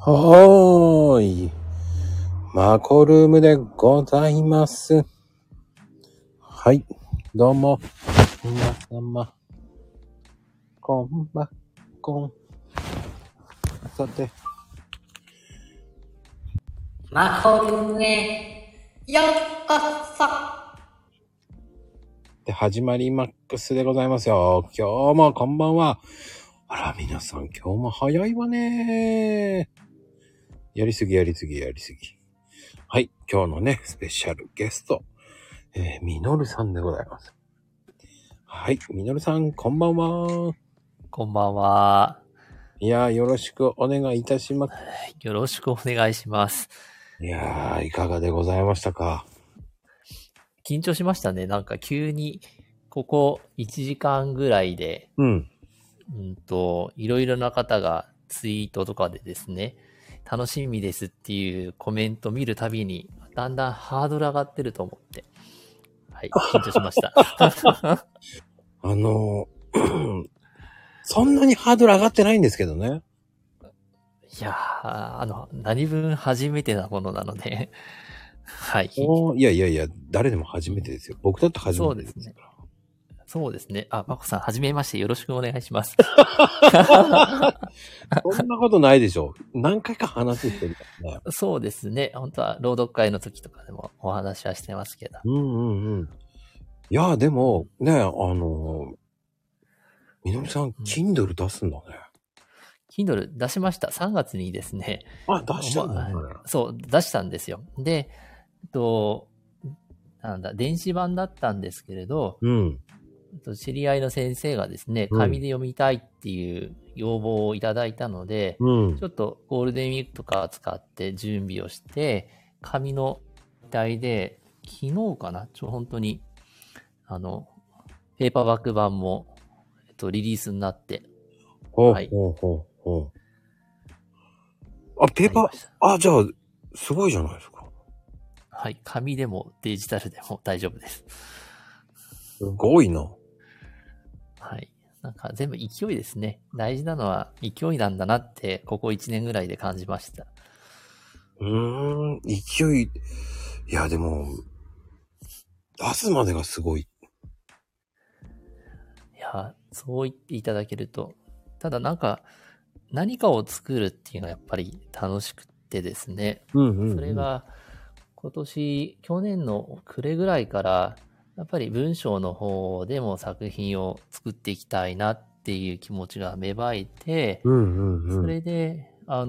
はーい。マコルームでございます。はい。どうも。皆様。こんばんこん。さて。 マコルームへようこそ。 で、始まりマックスでございますよ。今日もこんばんは。あら、皆さん今日も早いわね。やりすぎ。はい。今日のね、スペシャルゲスト。みのるさんでございます。はい。みのるさん、こんばんは。 こんばんは。 いやー、よろしくお願いいたします。 よろしくお願いします。 いやー、いかがでございましたか？ 緊張しましたね。なんか急に、ここ1時間ぐらいで、いろいろな方がツイートとかでですね、楽しみですっていうコメント見るたびに、だんだんハードル上がってると思って、はい、緊張しました。 そんなにハードル上がってないんですけどね。 いやー、何分初めてなものなので、はい。 いや、誰でも初めてですよ。僕だって初めてですから。 そうですね。あ、まこさん、はじめまして。よろしくお願いします。 そんなことないでしょ。何回か話してるからね。 そうですね。本当は、朗読会の時とかでもお話はしてますけど。 いや、でも、ね、みのりさん、Kindle 出すんだね。 Kindle 出しました。3月にですね。 あ、出したんだね。 そう、出したんですよ。で、電子版だったんですけれど、知り合いの先生がですね、紙で読みたいっていう要望をいただいたので、ちょっとゴールデンウィークとか使って準備をして、紙の題で、昨日かな本当に、ペーパーバック版も、リリースになって。 はい。あ、ペーパー、じゃあ、すごいじゃないですか。 はい。紙でもデジタルでも大丈夫です。 すごいな。 はい。なんか全部勢いですね。大事なのは勢いなんだなって、ここ1年ぐらいで感じました。 勢い。いや、でも、出すまでがすごい。 いや、そう言っていただけると。ただなんか、何かを作るっていうのはやっぱり楽しくってですね。それが、去年の暮れぐらいから、やっぱり文章の方でも作品を作っていきたいなっていう気持ちが芽生えて、それで、あ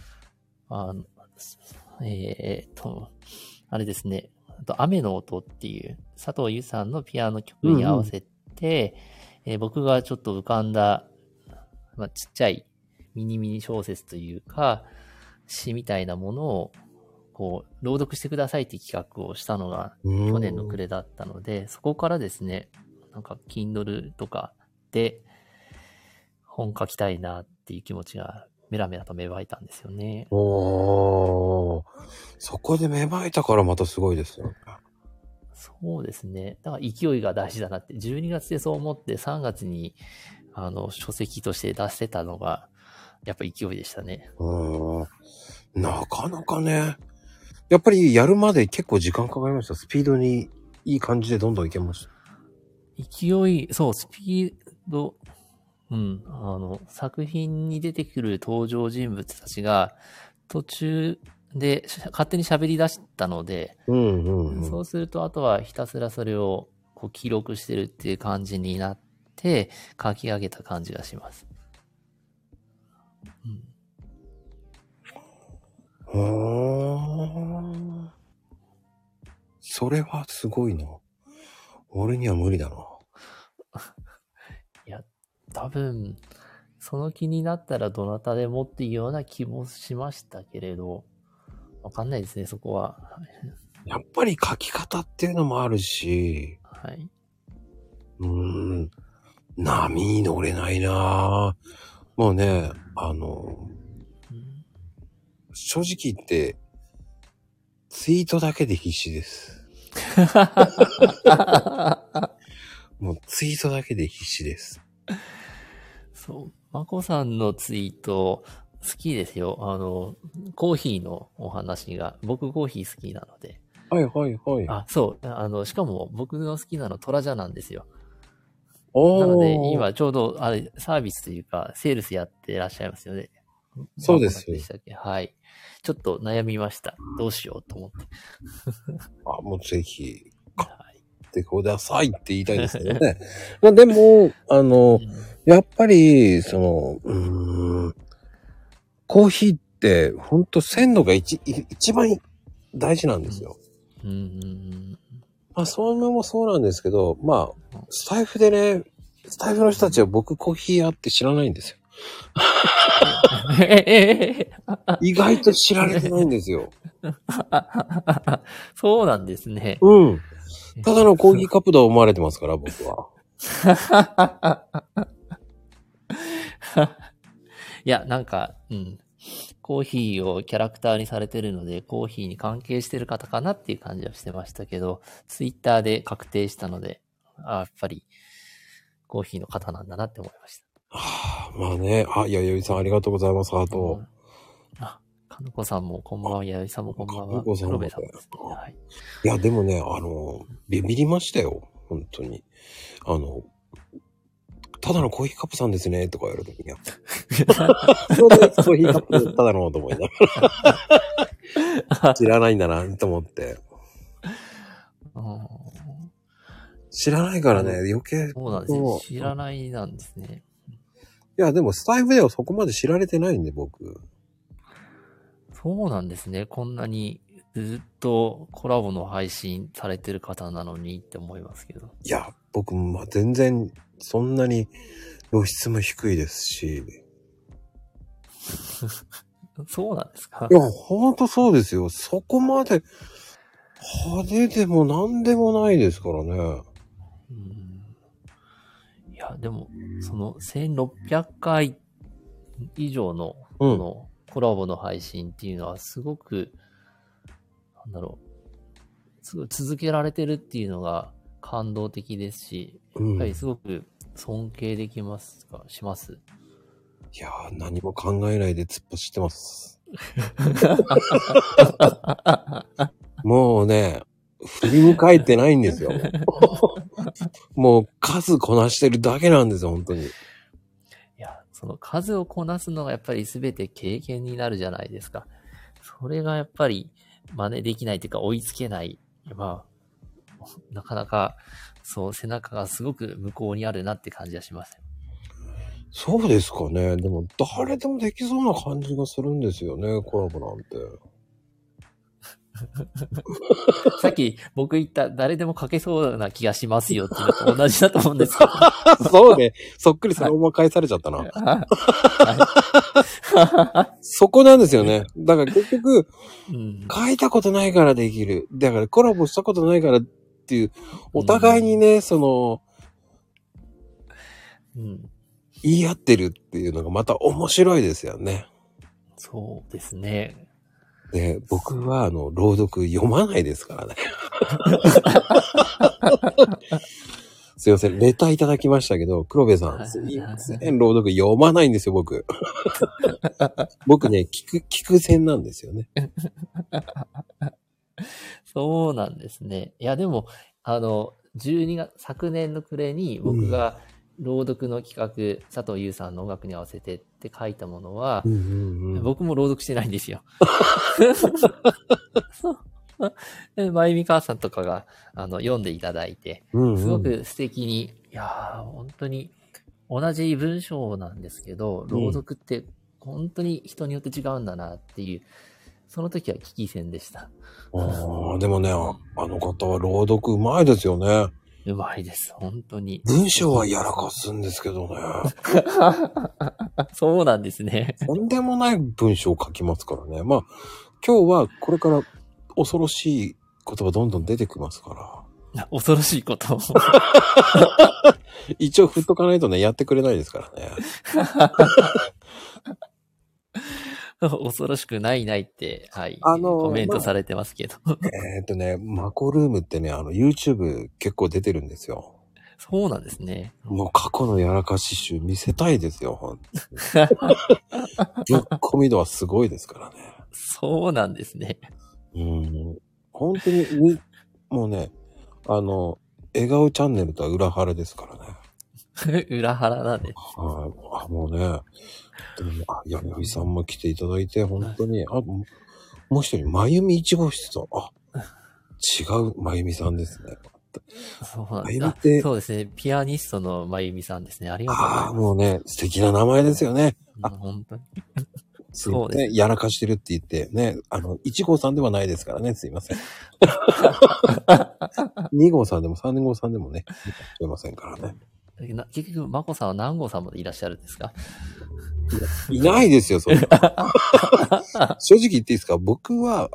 れですね、雨の音っていう佐藤優さんのピアノ曲に合わせて、僕がちょっと浮かんだ、ちっちゃいミニ小説というか、詩みたいなものをこう朗読してくださいって企画をしたのが去年の暮れだったので、そこからですね、なんか Kindle とかで本書きたいなっていう気持ちがメラメラと芽生えたんですよね。 そこで芽生えたからまたすごいですよね。 そうですね。だから勢いが大事だなって、12月でそう思って3月に書籍として出してたのがやっぱ勢いでしたね。 なかなかね。やっぱりやるまで結構時間かかりました。スピードにいい感じでどんどんいけました。 スピード、作品に出てくる登場人物たちが途中で勝手に喋り出したので、そうするとあとはひたすらそれをこう記録してるっていう感じになって書き上げた感じがします。 それはすごいな。俺には無理だな。 いや、多分、その気になったらどなたでもっていうような気もしましたけれど、わかんないですね、そこは。 やっぱり書き方っていうのもあるし、 はい。 波に乗れないな。もうね、正直言って、ツイートだけで必死です。もうツイートだけで必死です。 そう。まこさんのツイート、 好きですよ。コーヒーのお話が、僕コーヒー好きなので。 はいはいはい。 あ、そう。しかも僕の好きなのトラジャなんですよ。 おー。 なので、今ちょうど、あれ、サービスというか、セールスやってらっしゃいますよね。 そうですでしたっけ？はい。ちょっと悩みました。どうしようと思って。 あ、もうぜひ、 はいってくださいって言いたいですけどね。まあでも、やっぱり、コーヒーって、ほんと鮮度が一番大事なんですよ。 うんうんうん。 まあ、それもそうなんですけど、まあ、スタイフの人たちは僕コーヒー屋って知らないんですよ。意外と知られてないんですよ。 そうなんですね。 うん。ただのコーヒーカップと思われてますから、僕は。 いや、なんか、コーヒーをキャラクターにされてるので、コーヒーに関係してる方かなっていう感じはしてましたけど、ツイッターで確定したので、やっぱりコーヒーの方なんだなって思いました。 はあ、まあね。あ、弥生さんありがとうございます。ハート。 あ、かのこさんもこんばんは、弥生さんもこんばんは。 かのこさんもね黒部さんもですね。はい。 いや、でもね、ビビりましたよ。本当に。ただのコーヒーカップさんですね、とか言われるときに。そうです、コーヒーカップただのと思いながら。知らないんだな、と思って。知らないからね、余計。 そうなんですよ。知らないなんですね。 いや、でもスタイフではそこまで知られてないんで、僕。 そうなんですね。こんなにずっとコラボの配信されてる方なのにって思いますけど。 いや、僕、まあ、全然、そんなに露出も低いですし。 そうなんですか？ いや、ほんとそうですよ。そこまで派手でも何でもないですからね。 いや、でも、その1600回以上のこのコラボの配信っていうのはすごく、なんだろう、すごい続けられてるっていうのが感動的ですし、やっぱりすごく尊敬できますか、します。 いやー、何も考えないで突っ走ってます。もうね、振り向かえてないんですよ。もう数こなしてるだけなんですよ、本当に。いや、その数をこなすのがやっぱり全て経験になるじゃないですか。それがやっぱり真似できないというか追いつけない。まあ、なかなか、そう、背中がすごく向こうにあるなって感じはします。 そうですかね。でも誰でもできそうな感じがするんですよね、コラボなんて。 さっき僕言った誰でも書けそうな気がしますよっていうのと同じだと思うんですけど。 そうね。そっくりそのまま返されちゃったな。そこなんですよね。だから結局、書いたことないからできる。だからコラボしたことないからっていう、お互いにね、言い合ってるっていうのがまた面白いですよね。 そうですね。 で、僕は朗読読まないですからね。すいません、レターいただきましたけど、黒部さん、すいません、朗読読まないんですよ、僕。僕ね、聞く線なんですよね。 そうなんですね。いや、でも、12月、昨年の暮れに僕が朗読の企画、佐藤優さんの音楽に合わせてって書いたものは、僕も朗読してないんですよ。まゆみ母さんとかが読んでいただいて、すごく素敵に、いやー、本当に同じ文章なんですけど、朗読って本当に人によって違うんだなっていう、その時は危機戦でした。 でもね、あの方は朗読うまいですよね。 うまいです、本当に。 文章はやらかすんですけどね。 そうなんですね。 とんでもない文章を書きますからね。まあ、今日はこれから恐ろしい言葉どんどん出てきますから。 恐ろしいことを。 一応振っとかないとね、やってくれないですからね。 恐ろしくないって、はい。コメントされてますけど。 マコルームってね、YouTube 結構出てるんですよ。 そうなんですね。 もう過去のやらかし集見せたいですよ、ほんとに。ツッコミ度はすごいですからね。 そうなんですね。 本当に、もうね、笑顔チャンネルとは裏腹ですからね。 裏腹なんで。 はい。もうね、でもやみさんも来ていただいて、本当に、もう一人、まゆみ1号室と、違うまゆみさんですね。 そうなんですね。そうですね。ピアニストのまゆみさんですね。ありがとうございます。 もうね、素敵な名前ですよね。 本当に。 そうですね。やらかしてるって言って、ね、1号さんではないですからね、すいません。2号さんでも3号さんでもね、すいませんからね。 結局、まこさんは何号さんまでいらっしゃるんですか？ いないですよ、それ。正直言っていいですか？僕は、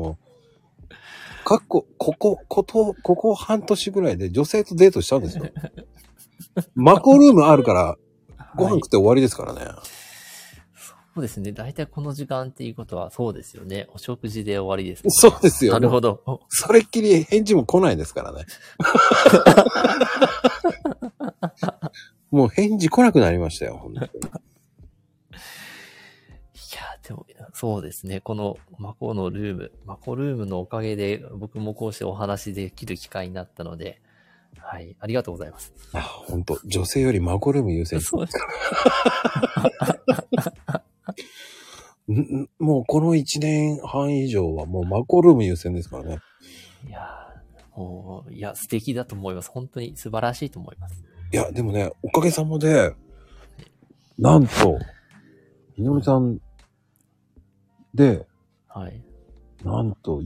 ここ半年ぐらいで女性とデートしたんですよ。マコルームあるから、ご飯食って終わりですからね。 そうですね。だいたいこの時間っていうことはそうですよね。お食事で終わりです、ね。 そうですよ。 なるほど。 それっきり返事も来ないですからね。もう返事来なくなりましたよ、本当に。いや、でも、そうですね。このマコルームのおかげで僕もこうしてお話できる機会になったので、はい、ありがとうございます。 本当女性よりマコルーム優先そうです。 もうこの1年半以上はもうマコルーム優先ですからね。 いや、素敵だと思います。本当に素晴らしいと思います。 いや、でもね、おかげさまで、なんと、ひのりさんで、 はい。 なんと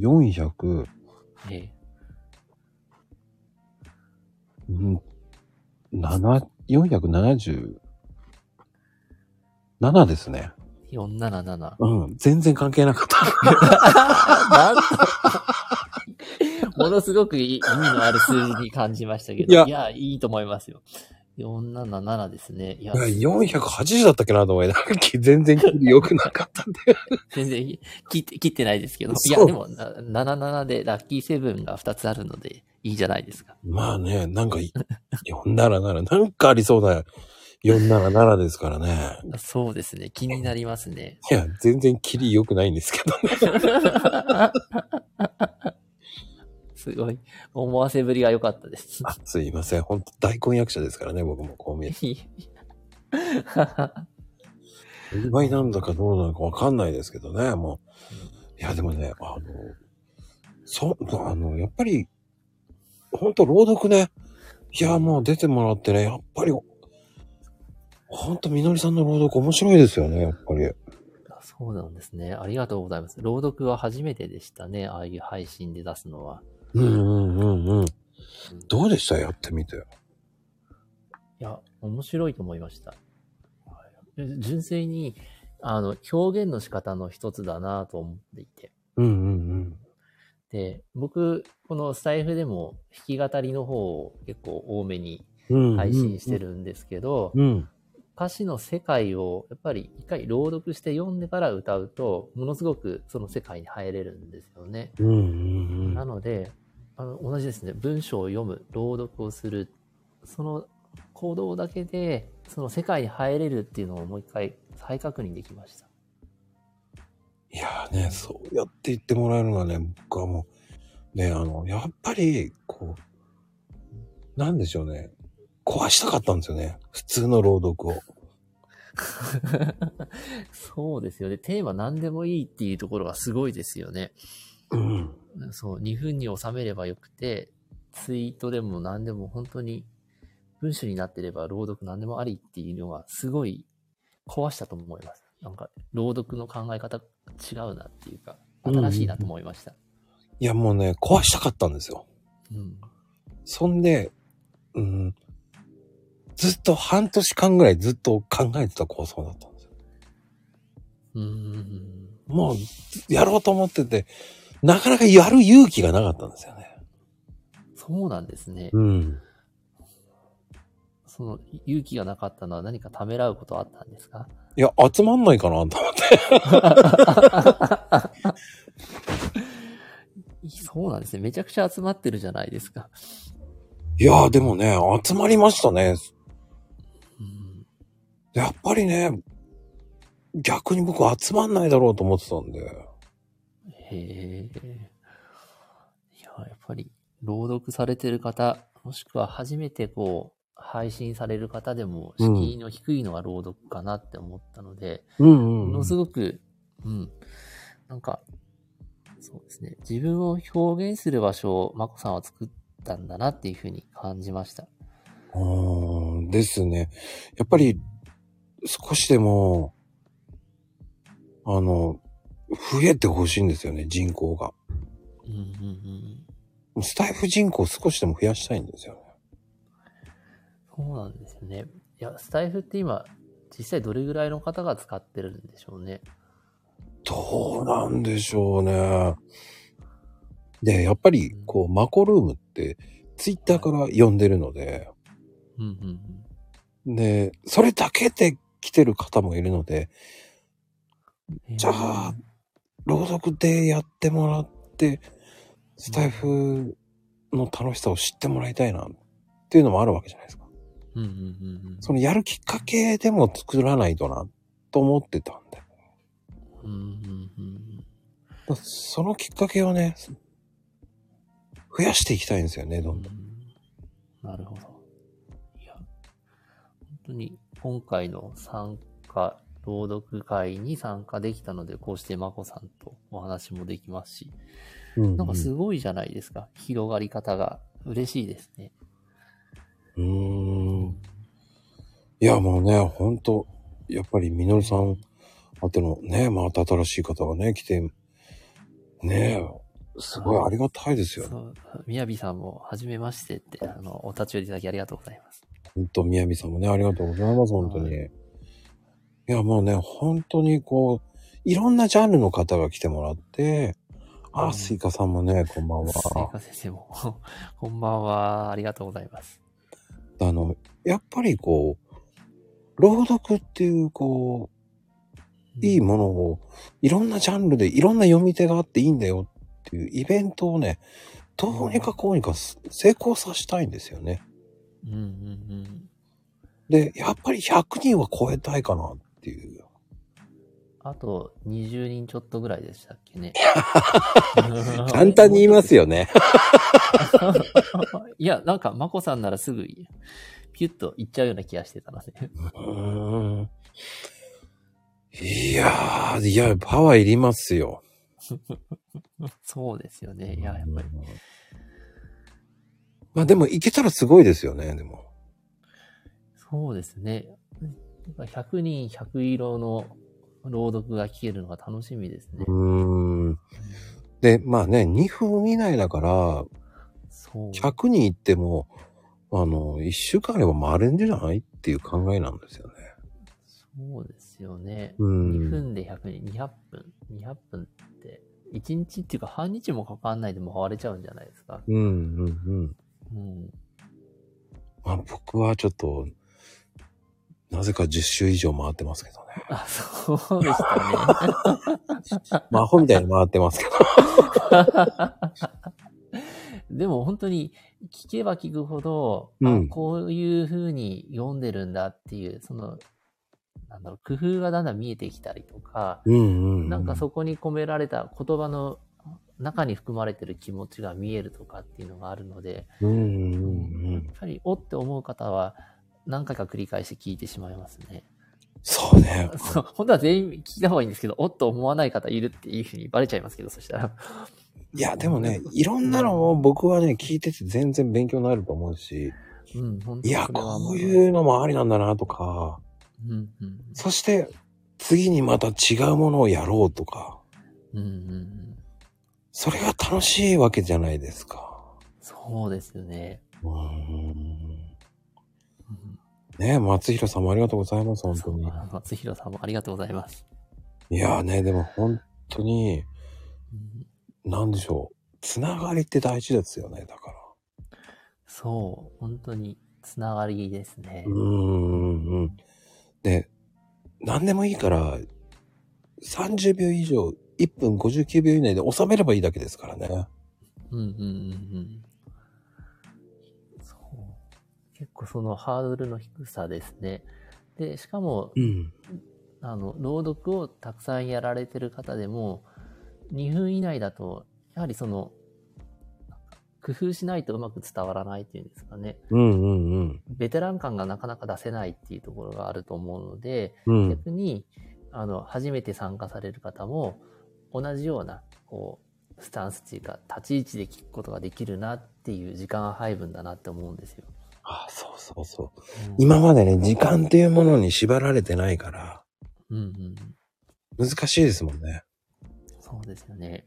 400、477ですね。 477。 全然関係なかった。 なんとものすごく意味のある数字に感じましたけど。いや、いいと思いますよ。477ですね。 いや、480だったっけなと思いながら、全然良くなかったんで。 全然切ってないですけど。いや、でも、77でラッキーセブンが2つあるので、いいじゃないですか。 まあね、なんか、477、なんかありそうだよ。477ですからね。 そうですね。気になりますね。 いや、全然キリ良くないんですけどね。 すごい。思わせぶりが良かったです。 すいません。本当大婚約者ですからね、僕もこう見えて。意外なんだかどうなのかわかんないですけどね、もう。いや、でもね、やっぱり、本当朗読ね。いや、もう出てもらってね、やっぱり、本当みのりさんの朗読面白いですよね、やっぱり。 そうなんですね。ありがとうございます。朗読は初めてでしたね。ああいう配信で出すのは。 どうでした？やってみて。 いや、面白いと思いました。純粋に、表現の仕方の一つだなと思っていて。で、僕、このスタイフでも弾き語りの方を結構多めに配信してるんですけど、歌詞の世界をやっぱり一回朗読して読んでから歌うと、ものすごくその世界に入れるんですよね。なので、同じですね。文章を読む、朗読をする、その行動だけで、その世界に入れるっていうのをもう一回再確認できました。 いやーね、そうやって言ってもらえるのはね、僕はもう、ね、やっぱり、こう、なんでしょうね。壊したかったんですよね。普通の朗読を。 そうですよね。テーマ何でもいいっていうところがすごいですよね。そう、2分に収めればよくて、ツイートでも何でも本当に文章になってれば朗読何でもありっていうのはすごい壊したと思います。なんか朗読の考え方違うなっていうか、新しいなと思いました。 いやもうね、壊したかったんですよ。そんで、ずっと半年間ぐらいずっと考えてた構想だったんですよ。もう、やろうと思ってて、なかなかやる勇気がなかったんですよね。 そうなんですね。その勇気がなかったのは何かためらうことあったんですか？ いや、集まんないかなと思って。 そうなんですね。めちゃくちゃ集まってるじゃないですか。 いやーでもね、集まりましたね。 うん、 やっぱりね、逆に僕集まんないだろうと思ってたんで。 へえ。いや、やっぱり、朗読されてる方、もしくは初めてこう、配信される方でも、敷居の低いのは朗読かなって思ったので、ものすごく、なんか、そうですね。自分を表現する場所をまこさんは作ったんだなっていうふうに感じました。 ですね。やっぱり少しでも、増えてほしいんですよね、人口が。スタイフ人口を少しでも増やしたいんですよね。 そうなんですよね。いや、スタイフって今、実際どれぐらいの方が使ってるんでしょうね。 どうなんでしょうね。で、やっぱり、こう、マコルームって、ツイッターから呼んでるので、で、それだけで来てる方もいるので、じゃあ、朗読でやってもらって、スタイフの楽しさを知ってもらいたいな、っていうのもあるわけじゃないですか。そのやるきっかけでも作らないとな、と思ってたんで。そのきっかけをね、増やしていきたいんですよね、どんどん。 なるほど。いや、本当に今回の朗読会に参加できたので、こうしてまこさんとお話もできますし、なんかすごいじゃないですか。広がり方が嬉しいですね。 いや、もうね、ほんと、やっぱりみのるさんあてのね、また新しい方がね、来て、ねすごいありがたいですよね。 そう、みやびさんも、はじめましてって、お立ち寄りいただきありがとうございます。 ほんと、みやびさんもね、ありがとうございます、本当に。いや、もうね、本当にこう、いろんなジャンルの方が来てもらって、スイカさんもね、こんばんは。 スイカ先生も、こんばんは、ありがとうございます。 やっぱりこう、朗読っていう、こう、いいものを、いろんなジャンルで、いろんな読み手があっていいんだよっていうイベントをね、どうにかこうにか成功させたいんですよね。で、やっぱり100人は超えたいかなっていう。 あと20人ちょっとぐらいでしたっけね。 簡単に言いますよね。 いや、なんか、まこさんならすぐ、ピュッといっちゃうような気がしてたので。 いやー、パワーいりますよ。 そうですよね。いや、やっぱり。 まあでも、いけたらすごいですよね、でも。 そうですね。100人100色の朗読が聞けるのが楽しみですね。 で、まあね、2分以内だから、100人いっても、1週間あれば回れるんじゃないっていう考えなんですよね。 そうですよね。2分で100人、200分。200分って、1日っていうか半日もかかんないでも回れちゃうんじゃないですか。 まあ僕はちょっと、なぜか10周以上回ってますけどね。 あ、そうでしたね。 魔法みたいに回ってますけど。 でも本当に聞けば聞くほど、こういう風に読んでるんだっていう、工夫がだんだん見えてきたりとか、なんかそこに込められた言葉の中に含まれてる気持ちが見えるとかっていうのがあるので、やっぱりおって思う方は何回か繰り返して聞いてしまいますね。 そうね。 そう、本当は全員聞いた方がいいんですけど、おっと思わない方いるっていう風にバレちゃいますけど、そしたら。 いや、でもね、いろんなのを僕はね、聞いてて全然勉強になると思うし、いや、こういうのもありなんだなとか、そして、次にまた違うものをやろうとか、それが楽しいわけじゃないですか。 そうですよね。 ねえ、松弘さんもありがとうございます、本当に。 松弘さんもありがとうございます。 いやーね、でも本当に、なんでしょう。つながりって大事ですよね、だから。 そう、本当につながりですね。 で、何でもいいから、30秒以上、1分59秒以内で収めればいいだけですからね。 そそのハードルの低さですね。で、しかも、 うん。 朗読をたくさんやられてる方でも、2分以内だと、やはり工夫しないとうまく伝わらないっていうんですかね。 うんうんうん。 ベテラン感がなかなか出せないっていうところがあると思うので、 うん。 逆に、初めて参加される方も、同じような、スタンスっていうか、立ち位置で聞くことができるなっていう時間配分だなって思うんですよ。 あ、そうそうそう。 うん、 今までね、時間っていうものに縛られてないから、 うんうん。 難しいですもんね。 そうですよね。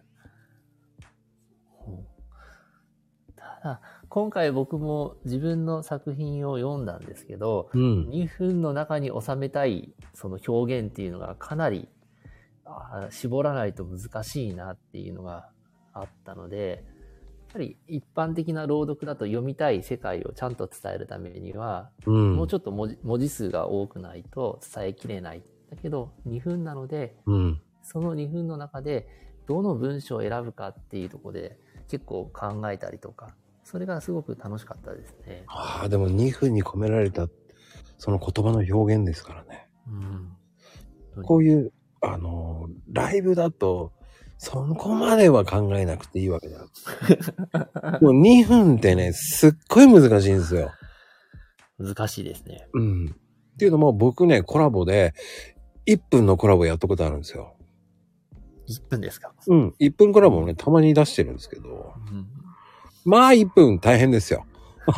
ただ、今回僕も自分の作品を読んだんですけど、 うん。 2分の中に収めたいその表現っていうのがかなり絞らないと難しいなっていうのがあったので、やっぱり一般的な朗読だと読みたい世界をちゃんと伝えるためには、 うん。 もうちょっと文字数が多くないと伝えきれない。だけど2分なので、 うん。 その2分の中でどの文章を選ぶかっていうところで結構考えたりとか、それがすごく楽しかったですね。 ああ、でも2分に込められた、その言葉の表現ですからね。 うん。 こういう、ライブだと、そこまでは考えなくていいわけだ。もう2分ってね、すっごい難しいんですよ。 難しいですね。 うん。っていうのも僕ね、コラボで、1分のコラボやったことあるんですよ。 1分ですか？ うん。1分コラボもね、たまに出してるんですけど、 うん、 まあ1分大変ですよ。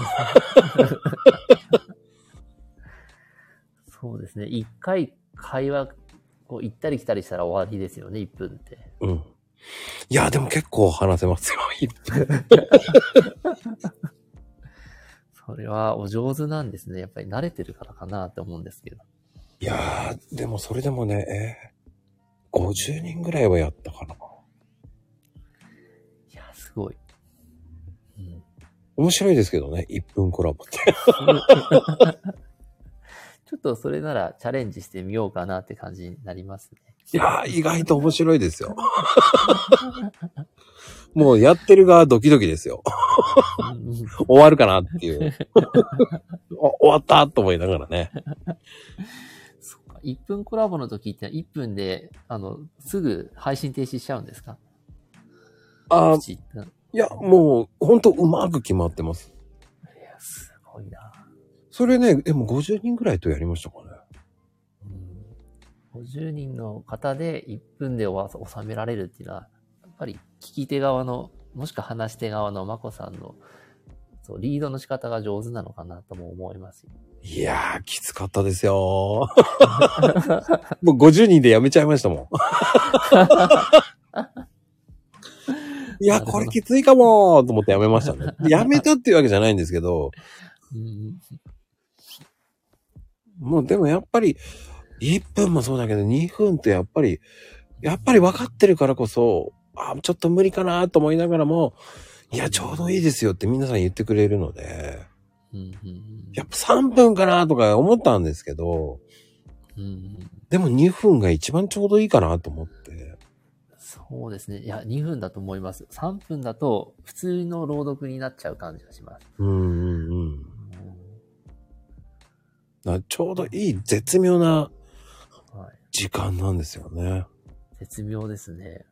そうですね。1回会話、行ったり来たりしたら終わりですよね、1分って。 うん。いや、でも結構話せますよ、1分。 それはお上手なんですね。やっぱり慣れてるからかなって思うんですけど。 いやー、でもそれでもね、50人ぐらいはやったかな。 いや、すごい。うん、 面白いですけどね、1分コラボって。 ちょっとそれならチャレンジしてみようかなって感じになりますね。 いやー、意外と面白いですよ。もうやってる側ドキドキですよ。終わるかなっていう。終わったと思いながらね。 そうか。1分コラボの時って1分で、すぐ配信停止しちゃうんですか？ あ、いや、もう、ほんとうまく決まってます。 いや、すごいな。 それね、でも50人ぐらいとやりましたかね。 50人の方で1分で収められるっていうのは、やっぱり聞き手側の、もしくは話し手側のまこさんの、リードの仕方が上手なのかなとも思いますよ。 いやー、きつかったですよ。もう50人でやめちゃいましたもん。いや、これきついかもーと思ってやめましたね。やめたっていうわけじゃないんですけど、もうでもやっぱり、1分もそうだけど、2分ってやっぱり分かってるからこそ、ちょっと無理かなと思いながらも、いや、ちょうどいいですよって皆さん言ってくれるので、やっぱ3分かなとか思ったんですけど、でも2分が一番ちょうどいいかなと思って。 そうですね。いや、2分だと思います。3分だと普通の朗読になっちゃう感じがします。 ちょうどいい絶妙な時間なんですよね。はい、 絶妙ですね。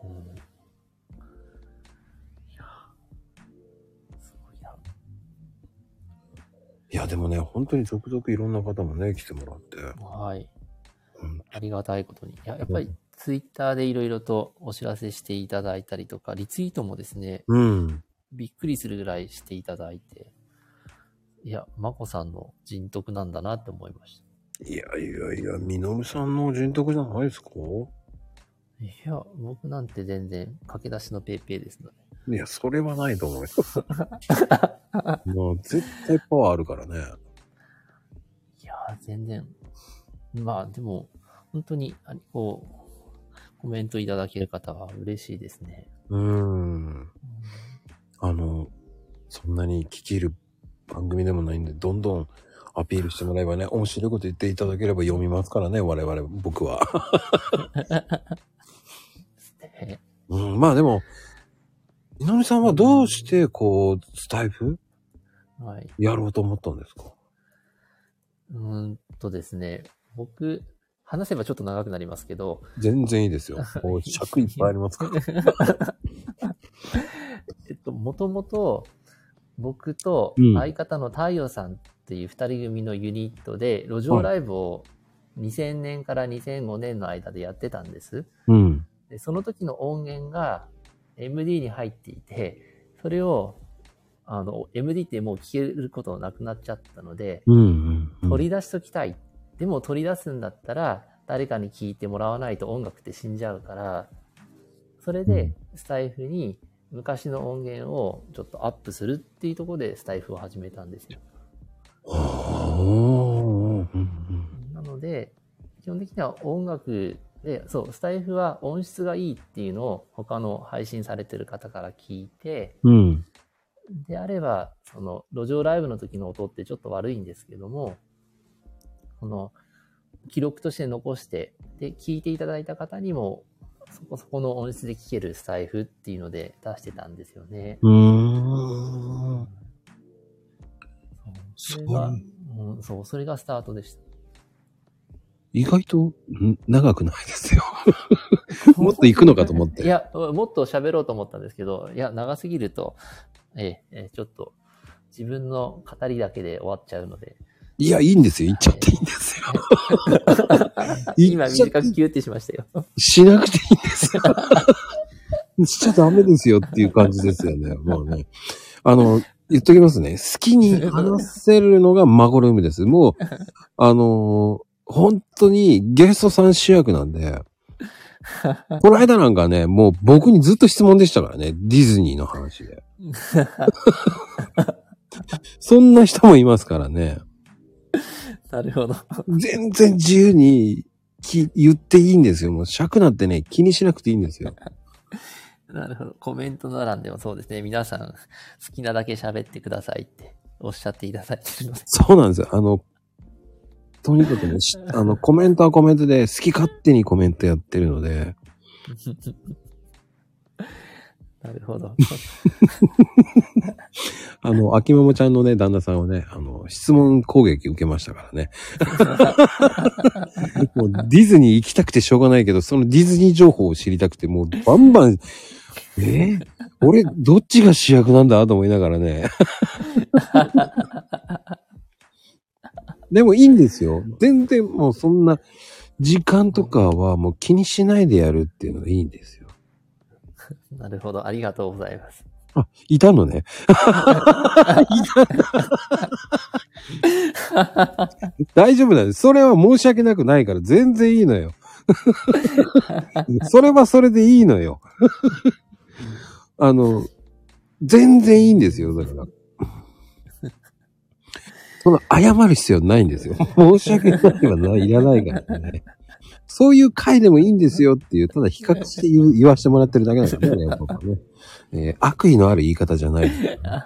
いや、でもね、本当に続々いろんな方もね、来てもらって。 はい。ありがたいことに。やっぱりツイッターでいろいろとお知らせしていただいたりとか、リツイートもですね、びっくりするぐらいしていただいて、いや、まこさんの人徳なんだなって思いました。 いや、みのむさんの人徳じゃないですか？ いや、僕なんて全然駆け出しのペーペーですので。いや、それはないと思います。もう絶対パワーあるからね。 いや、全然。まあでも、本当に、コメントいただける方は嬉しいですね。 そんなに聞ける番組でもないんで、どんどんアピールしてもらえばね、面白いこと言っていただければ読みますからね、我々、僕は。まあでも、みのりさんはどうして、スタイフはい。 やろうと思ったんですか？ ですね、僕、話せばちょっと長くなりますけど、 全然いいですよ。もう尺いっぱいありますから。 もともと僕と相方の太陽さんっていう二人組のユニットで路上ライブを2000年から2005年の間でやってたんです。 うん。 でその時の音源が MD に入っていて、それをMD ってもう聴けることなくなっちゃったので、取り出しときたい。でも取り出すんだったら誰かに聴いてもらわないと音楽って死んじゃうから、それでスタイフに昔の音源をちょっとアップするっていうところでスタイフを始めたんですよ。なので、基本的には音楽で、そう、スタイフは音質がいいっていうのを他の配信されてる方から聞いて、であれば、その路上ライブの時の音ってちょっと悪いんですけども、この記録として残して、で、聞いていただいた方にも、そこそこの音質で聴けるスタイフっていうので出してたんですよね。それが、そう、それがスタートでした。 意外と長くないですよ。もっと行くのかと思って。 いや、もっと喋ろうと思ったんですけど、いや、長すぎると、ちょっと自分の語りだけで終わっちゃうので。 いや、いいんですよ。言っちゃっていいんですよ。 今短くキューってしましたよ。 しなくていいんですよ。しちゃダメですよっていう感じですよね。もうね。言っときますね。好きに話せるのがマゴルームです。もう、本当にゲストさん主役なんで、この間なんかね、もう僕にずっと質問でしたからね。ディズニーの話で。そんな人もいますからね。 なるほど。 全然自由に言っていいんですよ。もう尺なんてね、気にしなくていいんですよ。 なるほど。コメントの欄でもそうですね。皆さん好きなだけ喋ってくださいっておっしゃっていただいてるので。 そうなんですよ。とにかくね、コメントはコメントで好き勝手にコメントやってるので。 なるほど。 秋桃ちゃんのね、旦那さんはね、質問攻撃受けましたからね。もうディズニー行きたくてしょうがないけど、そのディズニー情報を知りたくて、もうバンバン、俺、どっちが主役なんだと思いながらね。でもいいんですよ。全然もうそんな、時間とかはもう気にしないでやるっていうのがいいんですよ。 なるほど。ありがとうございます。 あ、いたのね。大丈夫なんです。それは申し訳なくないから全然いいのよ。それはそれでいいのよ。全然いいんですよ。だから。その謝る必要ないんですよ。申し訳ないはいらないからね。そういう回でもいいんですよっていう、ただ比較して言わせてもらってるだけなんだね、僕はね。悪意のある言い方じゃない。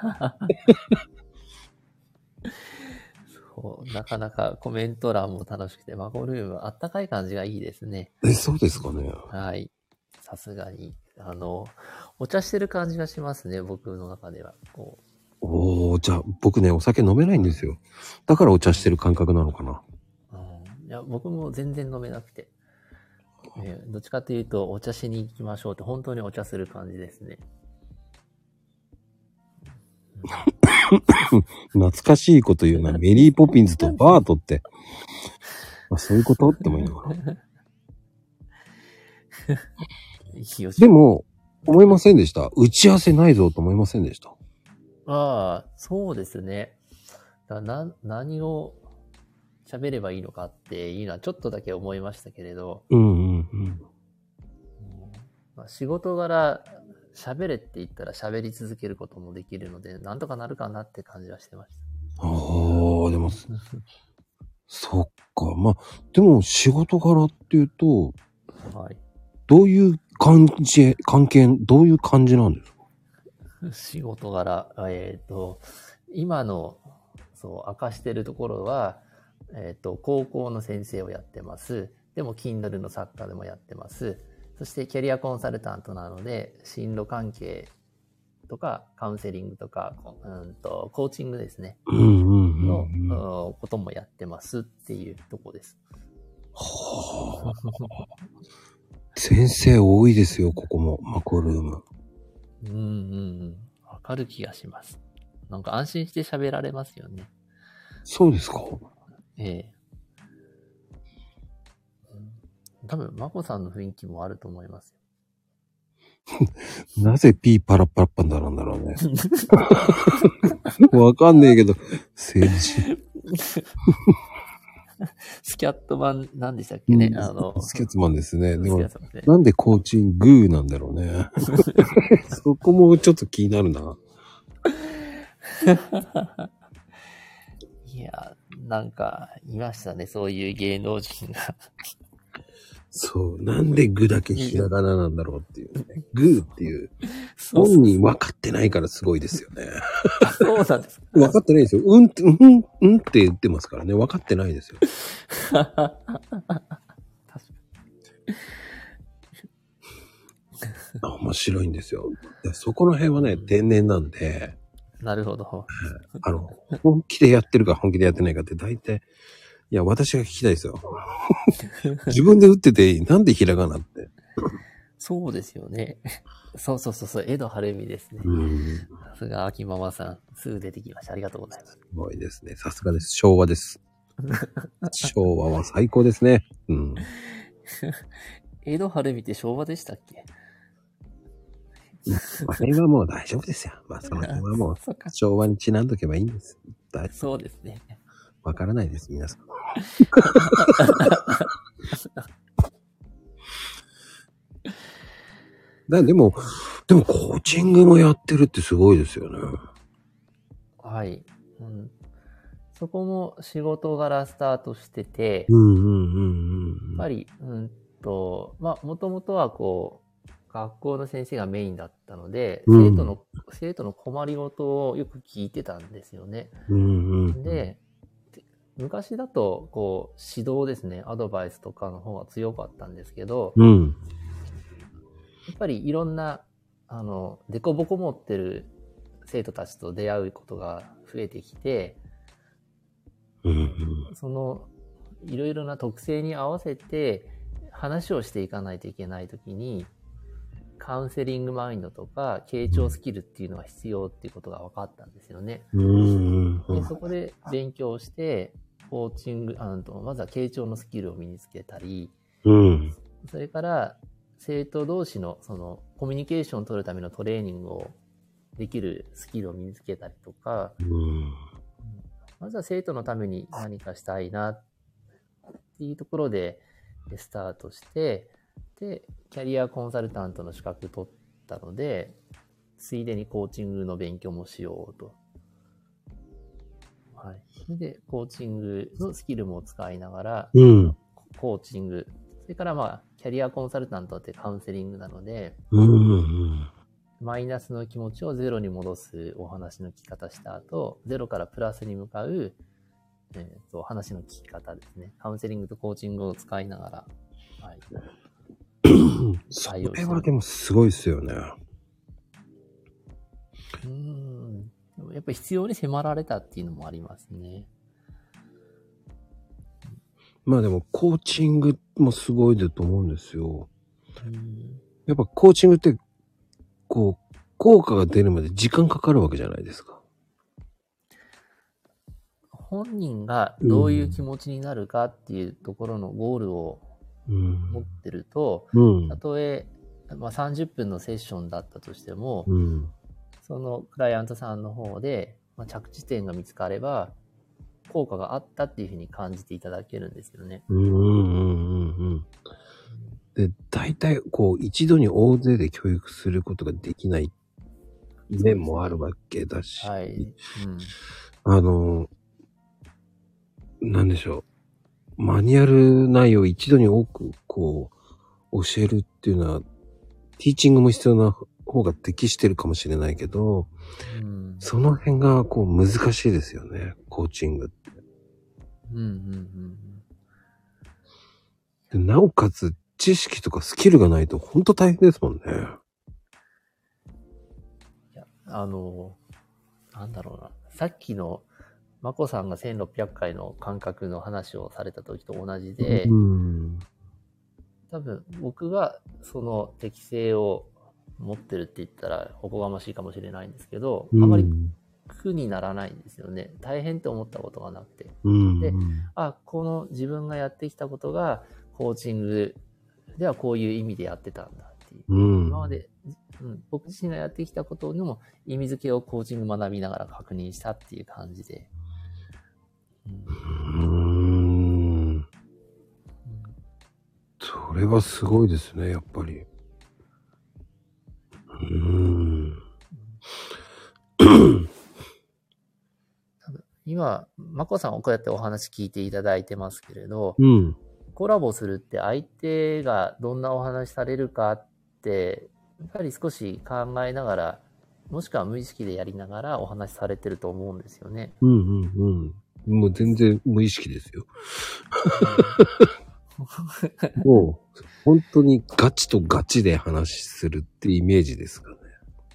そう、なかなかコメント欄も楽しくて、マゴルームあったかい感じがいいですね。 そうですかね。 はい。さすがに。お茶してる感じがしますね、僕の中では。 じゃあ僕ね、お酒飲めないんですよ。だからお茶してる感覚なのかな。 いや、僕も全然飲めなくて。どっちかというと、お茶しに行きましょうって本当にお茶する感じですね。 懐かしいこと言うな。メリーポピンズとバートって。そういうことって思いながら。でも、思いませんでした。打ち合わせないぞと思いませんでした。 ああ、そうですね。何を喋ればいいのかっていうのはちょっとだけ思いましたけれど。仕事柄喋れって言ったら喋り続けることもできるので、なんとかなるかなって感じはしてました。 でも、そっか。まあ、でも仕事柄っていうと、 はい。 どういう関係、どういう感じなんですか？ 仕事柄、今の、明かしてるところは、高校の先生をやってます。でも、Kindle の作家でもやってます。そして、キャリアコンサルタントなので、進路関係とか、カウンセリングとか、コーチングですね。 うんうんうんの、 うん。 こともやってますっていうとこです。 はあ。先生多いですよ、ここも。マコルーム。 うんうんうん。わかる気がします。なんか安心して喋られますよね。 そうですか？ ええ。多分、マコさんの雰囲気もあると思いますなぜピーパラッパラッパンだなんだろうね。わかんねえけど、政治。 よ。スキャット版なんでしたっけね、 スキャッツマンですね。でスキもャット版ね。 なんでコーチングーなんだろうね。そこもちょっと気になるな。 いや、なんか、いましたね、そういう芸能人が。 そう。なんでグだけひらがななんだろうっていうね。グーっていう。 そう本人分かってないからすごいですよね。 そうなんです。 分かってないですよ。うんって言ってますからね。分かってないですよ。 確か面白いんですよ。そこの辺はね、天然なんで、 なるほど。 本気でやってるか本気でやってないかって大体、いや、私が聞きたいですよ。自分で打ってて、なんでひらがなって。 そうですよね。そう、江戸晴美ですね。さすが秋ママさん。すぐ出てきました。ありがとうございます。 すごいですね。さすがです。昭和です。昭和は最高ですね。 江戸晴美って昭和でしたっけ？ あれはもう大丈夫ですよ。まあ、その辺はもうそうか。 昭和にちなんどけばいいんです。 そうですね。 わからないです、皆さん。でも、コーチングもやってるってすごいですよね。 はい。そこも仕事柄スタートしてて、やっぱり、まあ、もともとは学校の先生がメインだったので、生徒の困りごとをよく聞いてたんですよね。で、昔だと、指導ですね、アドバイスとかの方が強かったんですけど、やっぱりいろんな、デコボコ持ってる生徒たちと出会うことが増えてきて、その、いろいろな特性に合わせて話をしていかないといけないときに、カウンセリングマインドとか、傾聴スキルっていうのが必要っていうことが分かったんですよね。でそこで勉強して、コーチング、まずは傾聴のスキルを身につけたり、それから、生徒同士のそのコミュニケーションを取るためのトレーニングをできるスキルを身につけたりとか、まずは生徒のために何かしたいなっていうところでスタートして、で、キャリアコンサルタントの資格取ったので、ついでにコーチングの勉強もしようと。はい。で、コーチングのスキルも使いながら、コーチング、それからまあ、キャリアコンサルタントってカウンセリングなので、マイナスの気持ちをゼロに戻すお話の聞き方した後、ゼロからプラスに向かう、話の聞き方ですね。カウンセリングとコーチングを使いながら、はい。 それはでもすごいですよね。 やっぱり必要に迫られたっていうのもありますね。 まあでもコーチングもすごいだと思うんですよ。やっぱコーチングって効果が出るまで時間かかるわけじゃないですか。 本人がどういう気持ちになるかっていうところのゴールを持ってると、たとえ、30分のセッションだったとしても、そのクライアントさんの方で、着地点が見つかれば、効果があったっていうふうに感じていただけるんですよね。 で、大体一度に大勢で教育することができない面もあるわけだし、はい。なんでしょう。マニュアル内容を一度に多く教えるっていうのは、ティーチングも必要な方が適してるかもしれないけど、その辺が難しいですよね、コーチングって。でなおかつ知識とかスキルがないと本当大変ですもんね。 いや、 なんだろうな。さっきの、まこさんが1600回の感覚の話をされた時と同じで、多分僕がその適性を持ってるって言ったらおこがましいかもしれないんですけど、あまり苦にならないんですよね。大変って思ったことがなくて。で、この自分がやってきたことがコーチングではこういう意味でやってたんだっていう。今まで、僕自身がやってきたことにも意味付けをコーチング学びながら確認したっていう感じで。 それはすごいですね、やっぱり。 今、まこさんこうやってお話聞いていただいてますけれど、コラボするって相手がどんなお話されるかって、やっぱり少し考えながら、もしくは無意識でやりながらお話しされてると思うんですよね。 もう全然無意識ですよ。もう本当にガチとガチで話するってイメージですかね。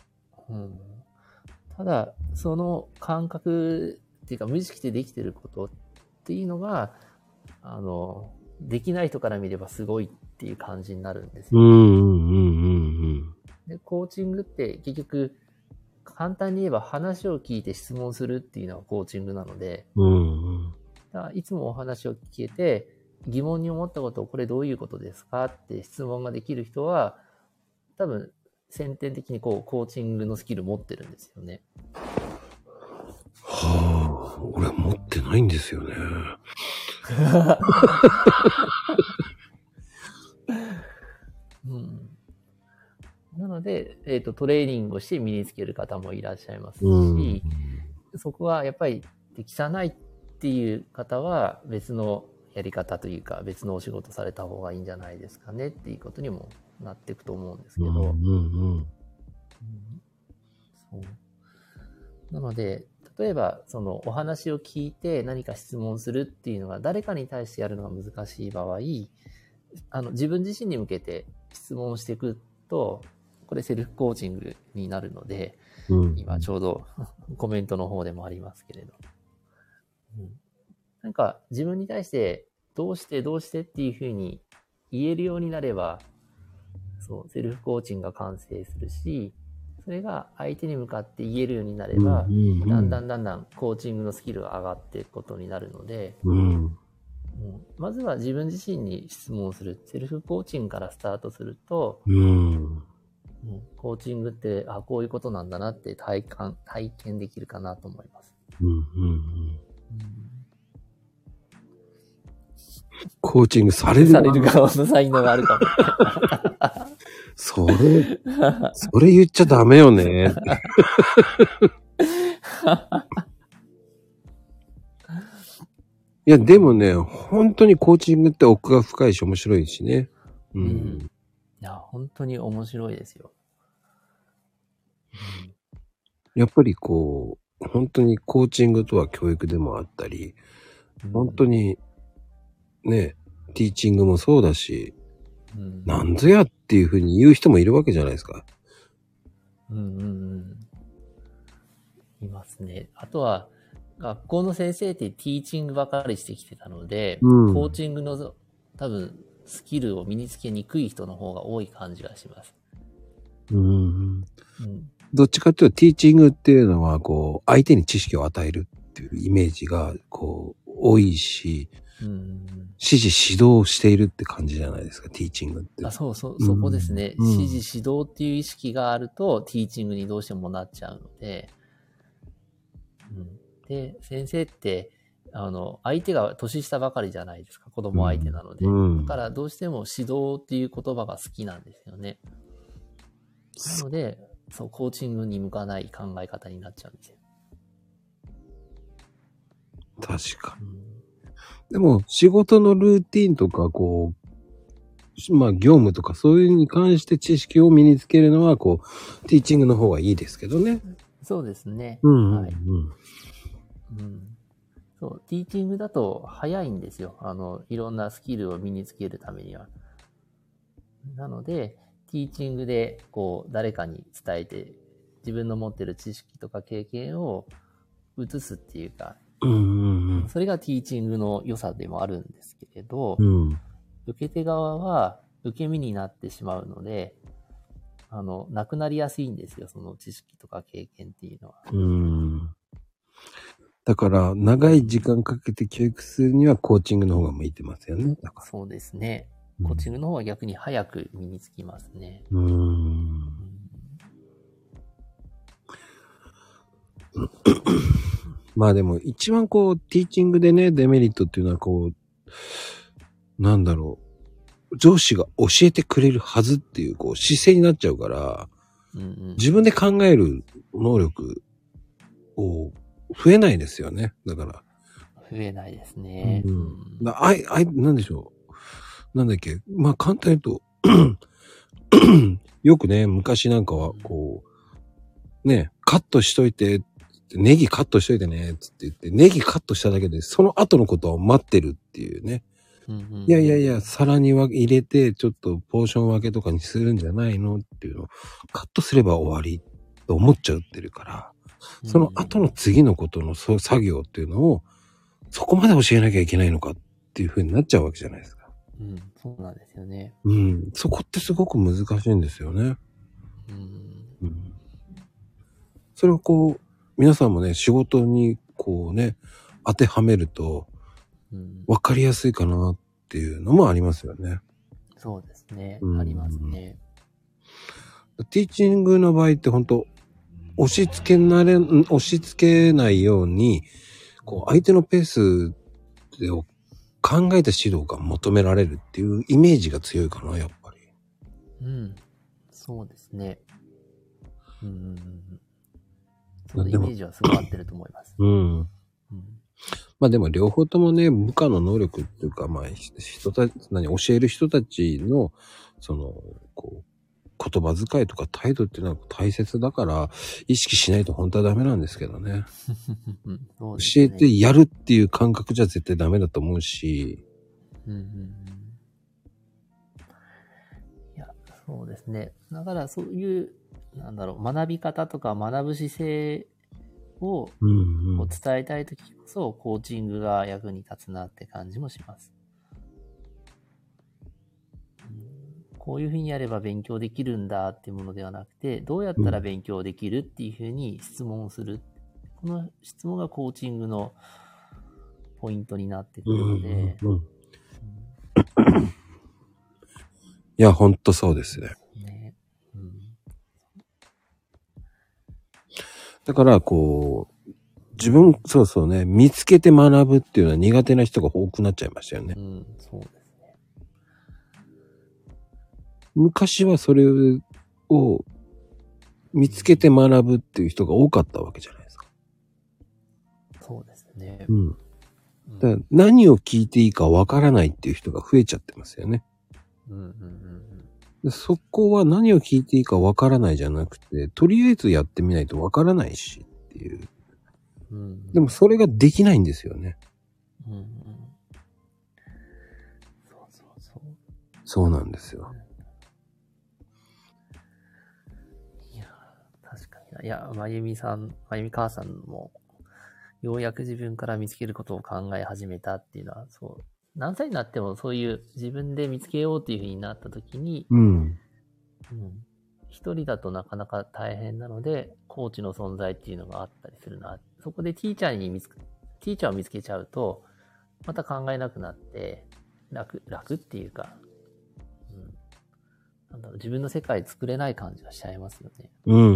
ただ、その感覚っていうか無意識でできてることっていうのが、できない人から見ればすごいっていう感じになるんですよ。で、コーチングって結局、簡単に言えば話を聞いて質問するっていうのがコーチングなので、だからいつもお話を聞けて、疑問に思ったことをこれどういうことですかって質問ができる人は、多分先天的にコーチングのスキル持ってるんですよね。 俺持ってないんですよね。 なので、トレーニングをして身につける方もいらっしゃいますし、そこはやっぱりできさないっていう方は別のやり方というか別のお仕事された方がいいんじゃないですかねっていうことにもなっていくと思うんですけど。なので、例えばそのお話を聞いて何か質問するっていうのが誰かに対してやるのが難しい場合、自分自身に向けて質問していくと、これセルフコーチングになるので、今ちょうどコメントの方でもありますけれど。なんか自分に対してどうしてっていうふうに言えるようになれば、そうセルフコーチングが完成するし、それが相手に向かって言えるようになれば、だんだんコーチングのスキルが上がっていくことになるので、まずは自分自身に質問する。セルフコーチングからスタートすると、コーチングってこういうことなんだなって体験できるかなと思います。 コーチングされる側の才能があるかも。 それ言っちゃダメよね。いや、でもね、本当にコーチングって奥が深いし面白いしね。 いや、本当に面白いですよ。 やっぱり本当にコーチングとは教育でもあったり、本当にね、ティーチングもそうだし、なんぞやっていうふうに言う人もいるわけじゃないですか。 いますね。あとは、学校の先生ってティーチングばかりしてきてたので、コーチングの多分スキルを身につけにくい人の方が多い感じがします。 どっちかっていうとティーチングっていうのは相手に知識を与えるっていうイメージが多いし、指示指導しているって感じじゃないですか、ティーチングって。 そこですね。指示指導っていう意識があるとティーチングにどうしてもなっちゃうので、で、先生って、相手が年下ばかりじゃないですか。子供相手なので。だからどうしても指導っていう言葉が好きなんですよね。なので、コーチングに向かない考え方になっちゃうんですよ。 確かに。でも、仕事のルーティンとか、業務とかそういうに関して知識を身につけるのは、ティーチングの方がいいですけどね。 そうですね。 はい。 そう、ティーチングだと早いんですよ。いろんなスキルを身につけるためには。なので、ティーチングで、誰かに伝えて、 自分の持ってる知識とか経験を移すっていうか、それがティーチングの良さでもあるんですけれど、受け手側は受け身になってしまうので、なくなりやすいんですよ、その知識とか経験っていうのは。 だから、長い時間かけて教育するにはコーチングの方が向いてますよね。だからそうですね。コーチングの方は逆に早く身につきますね。 まあでも一番こうティーチングでねデメリットっていうのはこうなんだろう上司が教えてくれるはずっていうこう姿勢になっちゃうから、自分で考える能力を増えないですよね。だから増えないですね。 なんでしょう。なんだっけ。まあ簡単に言うとよくね昔なんかはこうねカットしといて。ネギカットしといてね、つって言って、ネギカットしただけで、その後のことを待ってるっていうね。いや、皿に入れて、ちょっとポーション分けとかにするんじゃないのっていうのを、カットすれば終わりと思っちゃってるから、その後の次のことの作業っていうのを、そこまで教えなきゃいけないのかっていう風になっちゃうわけじゃないですか。 そうなんですよね。 そこってすごく難しいんですよね。それをこう、皆さんもね、仕事にこうね、当てはめると、分かりやすいかなっていうのもありますよね。 そうですね。ありますね。 ティーチングの場合って本当押し付けないように、こう相手のペースを考えた指導が求められるっていうイメージが強いかな、やっぱり。 そうですね。そのイメージはすごい合ってると思います。 まあでも両方ともね、部下の能力っていうか、まあ教える人たちの、その、こう、言葉遣いとか態度っていうのは大切だから、意識しないと本当はダメなんですけどね。教えてやるっていう感覚じゃ絶対ダメだと思うし。 いや、そうですね。だからそういう、学び方とか学ぶ姿勢を伝えたいときこそ、コーチングが役に立つなって感じもします。こういうふうにやれば勉強できるんだっていうものではなくて、どうやったら勉強できるっていうふうに質問をする。この質問がコーチングのポイントになってくるので。 いや、ほんとそうですね。だから、こう、そうそうね、見つけて学ぶっていうのは苦手な人が多くなっちゃいましたよね。 そうですね。 昔はそれを見つけて学ぶっていう人が多かったわけじゃないですか。 そうですね。 だから何を聞いていいかわからないっていう人が増えちゃってますよね。そこは何を聞いていいかわからないじゃなくて、とりあえずやってみないとわからないしっていう。でもそれができないんですよね。そうなんですよ。 いや、確かに。いや、まゆみ母さんも、ようやく自分から見つけることを考え始めたっていうのは、そう。何歳になってもそういう自分で見つけようっていう風になった時に、一人だとなかなか大変なので、コーチの存在っていうのがあったりするな。そこでティーチャーを見つけちゃうと、また考えなくなって、楽っていうか、自分の世界作れない感じがしちゃいますよね。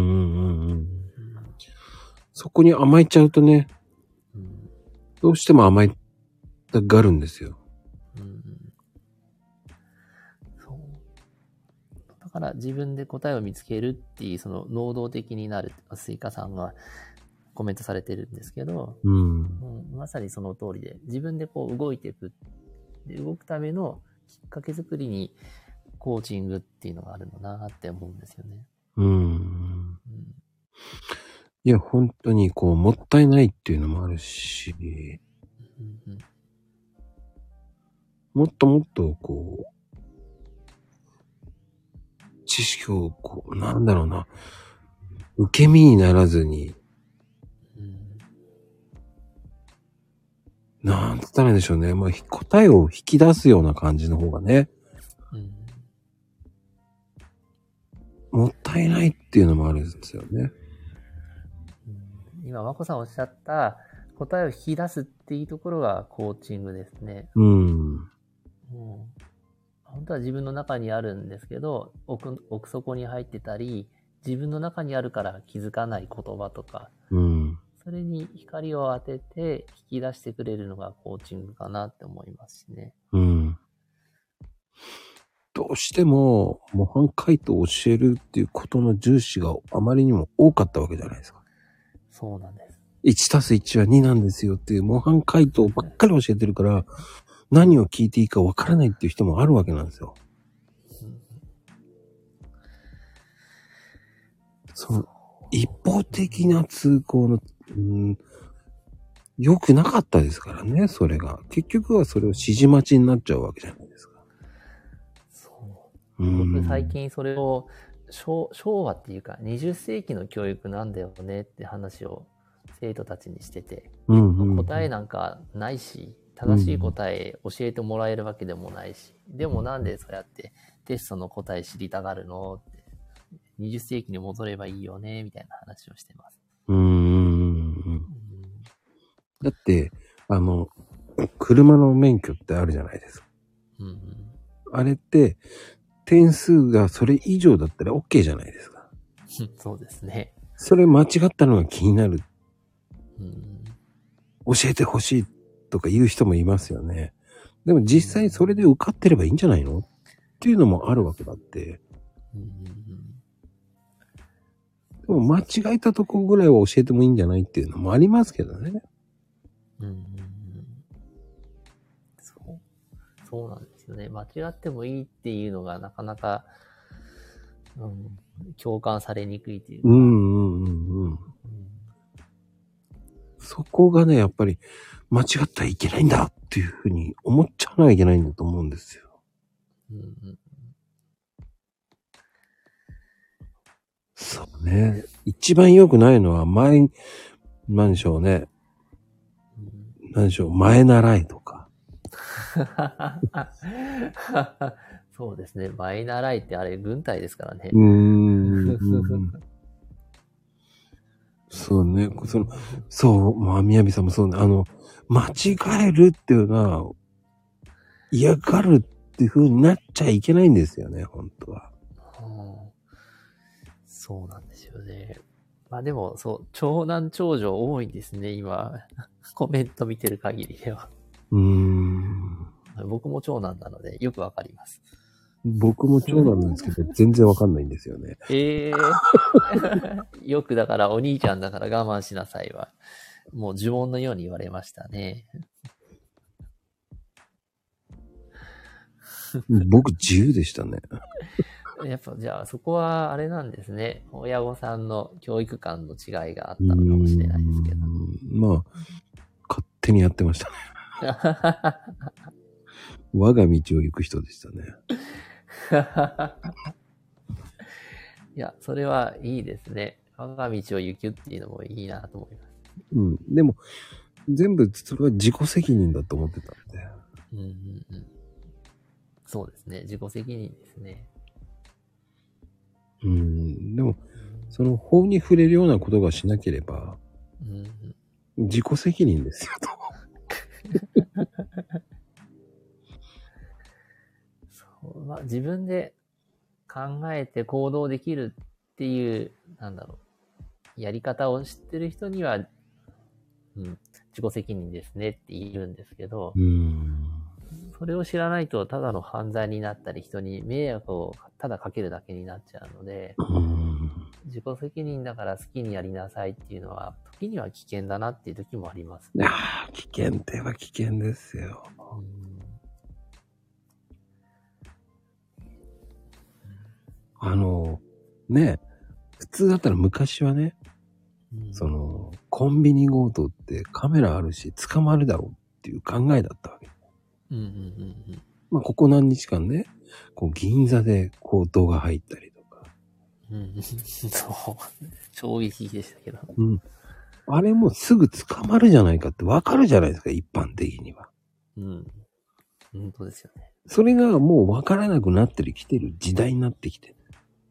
そこに甘えちゃうとね、どうしても甘えたがるんですよ。 そう。だから自分で答えを見つけるっていう、その能動的になる、スイカさんがコメントされてるんですけど、まさにその通りで、自分でこう動いていく。で、動くためのきっかけ作りに、コーチングっていうのがあるのなって思うんですよね。 いや、本当にこう、もったいないっていうのもあるし、もっともっとこう、知識をこう、なんだろうな、 受け身にならずに、なんつったらいいんでしょうね。まあ、答えを引き出すような感じの方がね、もったいないっていうのもあるんですよね。 今、まこさんおっしゃった答えを引き出すっていうところがコーチングですね。本当は自分の中にあるんですけど、奥底に入ってたり、自分の中にあるから気づかない言葉とか、それに光を当てて引き出してくれるのがコーチングかなって思いますしね。 どうしても模範解答を教えるっていうことの重視があまりにも多かったわけじゃないですか。 そうなんです。 1+1 は2なんですよっていう模範解答ばっかり教えてるから、何を聞いていいかわからないっていう人もあるわけなんですよ。その一方的な通行の、良くなかったですからね、それが。結局はそれを指示待ちになっちゃうわけじゃないですか。 僕最近それを昭和っていうか20世紀の教育なんだよねって話を生徒たちにしてて、答えなんかないし、正しい答え教えてもらえるわけでもないし、でもなんでそうやってテストの答え知りたがるのって20世紀に戻ればいいよねみたいな話をしてます。 だって車の免許ってあるじゃないですか。あれって点数がそれ以上だったら OK じゃないですか。 そうですね。 それ間違ったのが気になる。教えてほしいとか言う人もいますよね。でも実際それで受かってればいいんじゃないのっていうのもあるわけだって。でも間違えたとこぐらいは教えてもいいんじゃないっていうのもありますけどね。 そうなんですよね。間違ってもいいっていうのがなかなか、共感されにくいというか。 そこがね、やっぱり間違ったらいけないんだっていうふうに思っちゃわなきゃいけないんだと思うんですよ。そうね。一番良くないのはなんでしょうね。なんでしょう、前習いとか。 そうですね。前習いってあれ軍隊ですからね。 そうね。そう、まあ、宮城さんもそうね。間違えるっていうのは、嫌がるっていう風になっちゃいけないんですよね、本当は。 そうなんですよね。まあでも、長男長女多いんですね、今。コメント見てる限りでは。僕も長男なので、よくわかります。 僕も長男なんですけど、全然わかんないんですよね。 よくだから、お兄ちゃんだから我慢しなさいは、もう呪文のように言われましたね。 僕自由でしたね。 やっぱじゃあそこはあれなんですね。親御さんの教育観の違いがあったのかもしれないですけど。 まあ、勝手にやってましたね。我が道を行く人でしたね。 いや、それはいいですね。我が道を行くっていうのもいいなと思います。 でも、全部それは自己責任だと思ってたんで。 そうですね。自己責任ですね。 でも、その法に触れるようなことがしなければ、自己責任ですよと。 まあ、自分で考えて行動できるっていう、やり方を知ってる人には、自己責任ですねって言うんですけど、それを知らないとただの犯罪になったり、人に迷惑をただかけるだけになっちゃうので、自己責任だから好きにやりなさいっていうのは、時には危険だなっていう時もありますね。危険っては危険ですよ。ね、普通だったら昔はね、コンビニ強盗ってカメラあるし捕まるだろうっていう考えだったわけ。まあ、ここ何日間ね、銀座で強盗が入ったりとか、 うん。そう。衝撃でしたけど。 うん。あれもすぐ捕まるじゃないかってわかるじゃないですか、一般的には。 うん。本当ですよね。 それがもうわからなくなってきてる時代になってきてる。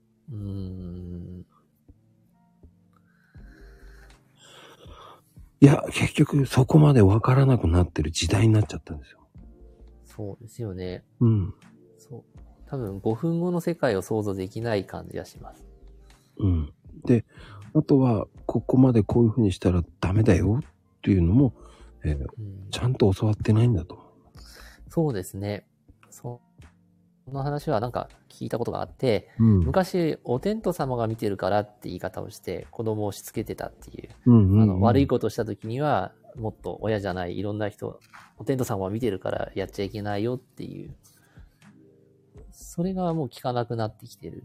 いや、結局そこまでわからなくなってる時代になっちゃったんですよ。 そうですよね。 うん。 そう。多分5分後の世界を想像できない感じがします。 うん。で、あとは、ここまでこういう風にしたらダメだよっていうのも、ちゃんと教わってないんだと思う。 そうですね。その話はなんか聞いたことがあって、 うん、 昔お天道様が見てるからって言い方をして子供をしつけてたっていう。悪いことした時にはもっと親じゃないいろんな人、お天道様が見てるからやっちゃいけないよっていう。それがもう聞かなくなってきてる。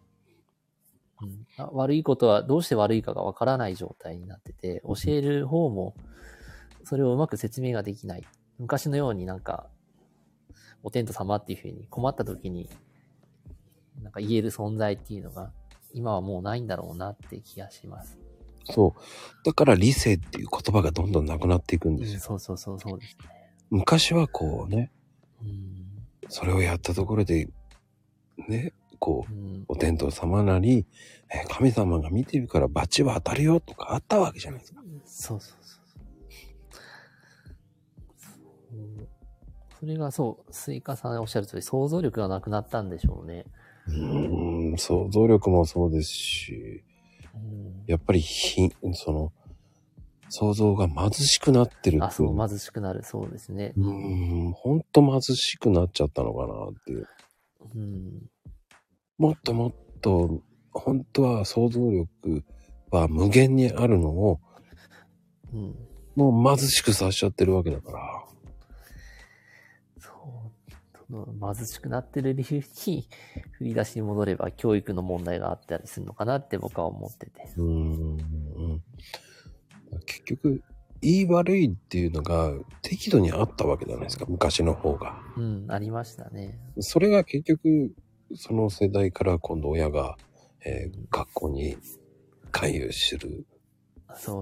悪いことはどうして悪いかがわからない状態になってて、教える方もそれをうまく説明ができない。昔のようになんか、お天道様っていう風に困った時になんか言える存在っていうのが今はもうないんだろうなって気がします。 そう。だから理性っていう言葉がどんどんなくなっていくんですよ。 そうですね。 昔はこうね、それをやったところで、ね、こう、お天道様なり、神様が見てるから罰は当たるよとかあったわけじゃないですか。 そう。それがそう、スイカさんおっしゃる通り想像力がなくなったんでしょうね。 想像力もそうですし、やっぱりその、想像が貧しくなってるっていう。 そう、貧しくなる。そうですね。 ほんと貧しくなっちゃったのかなっていう。もっともっと、本当は想像力は無限にあるのを、もう貧しくさせちゃってるわけだから。 貧しくなってる理由に振り出しに戻れば教育の問題があったりするのかなって僕は思ってて。 結局、言い悪いっていうのが適度にあったわけじゃないですか、昔の方が。 ありましたね。 それが結局、その世代から今度親が、学校に勧誘する。そう。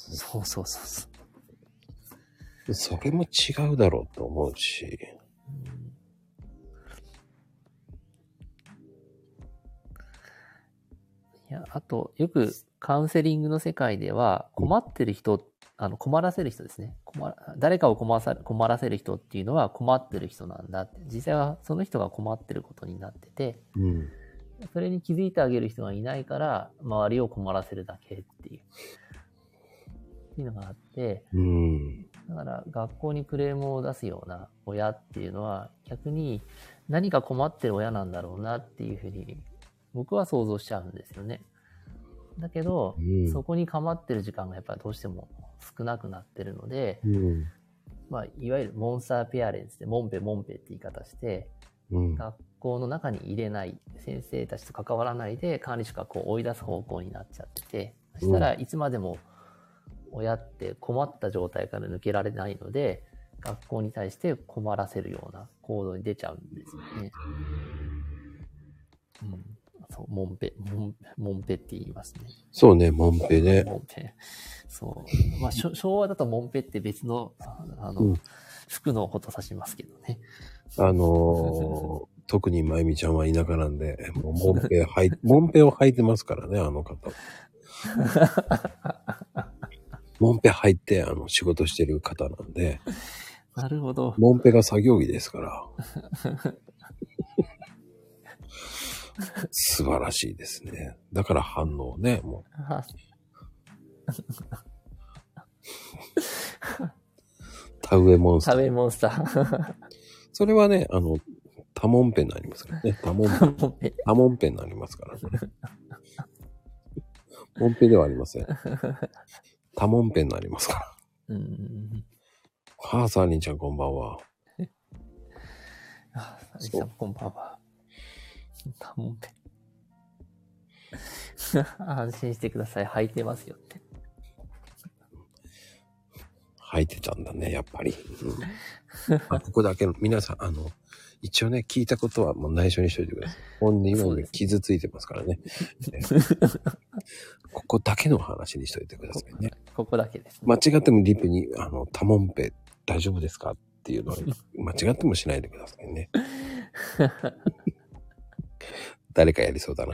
それも違うだろうと思うし。 いや、あと、よくカウンセリングの世界では、困ってる人、困らせる人ですね。誰かを困らせる人っていうのは困ってる人なんだって。実際はその人が困ってることになってて、それに気づいてあげる人がいないから、周りを困らせるだけっていうのがあって、だから学校にクレームを出すような親っていうのは、逆に何か困ってる親なんだろうなっていうふうに、僕は想像しちゃうんですよね。だけど、そこに構ってる時間がやっぱりどうしても少なくなってるので、いわゆるモンスターペアレンツでモンペって言い方して、学校の中に入れない、先生たちと関わらないで管理職がこう追い出す方向になっちゃってて、そしたらいつまでも親って困った状態から抜けられないので、学校に対して困らせるような行動に出ちゃうんですよね。そう、モンペって言いますね。 そうね、モンペね。 モンペ。そう。昭和だとモンペって別の、服のこと指しますけどね。 特にまゆみちゃんは田舎なんで、もうモンペを履いてますからね、あの方。モンペ履いて、仕事してる方なんで。 なるほど。 モンペが作業着ですから。素晴らしいですね。だから反応ね、もう。田植えモンスター。それはね、多門ペになりますからね。多門ペになりますからね。モンペではありません。多門ペになりますから。はあ、サーニーちゃんこんばんは。 サーニーさんこんばんは。多門ペ。安心してください。履いてますよって。 履いてたんだね、やっぱり。ここだけの、皆さん、 一応ね、聞いたことはもう内緒にしといてください。本人は傷ついてますからね。ここだけの話にしといてくださいね。 ここだけです、ね。 間違ってもリプに、タモンペ大丈夫ですかっていうのは、間違ってもしないでくださいね。誰かやりそうだな。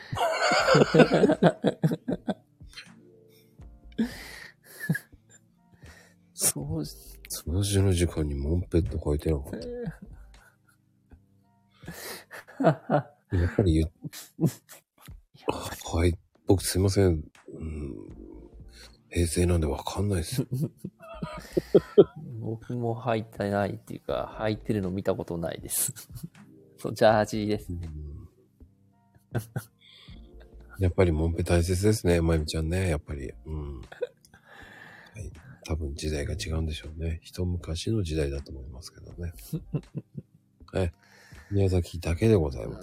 掃除の時間にモンペット書いてなかった。やっぱりはい、僕すいません。平成なんでわかんないです。 僕も履いてないっていうか、履いてるの見たことないです。そう、ジャージです。 やっぱりモンペ大切ですね、まゆみちゃんね、やっぱり。はい、多分時代が違うんでしょうね。一昔の時代だと思いますけどね。宮崎だけでございます。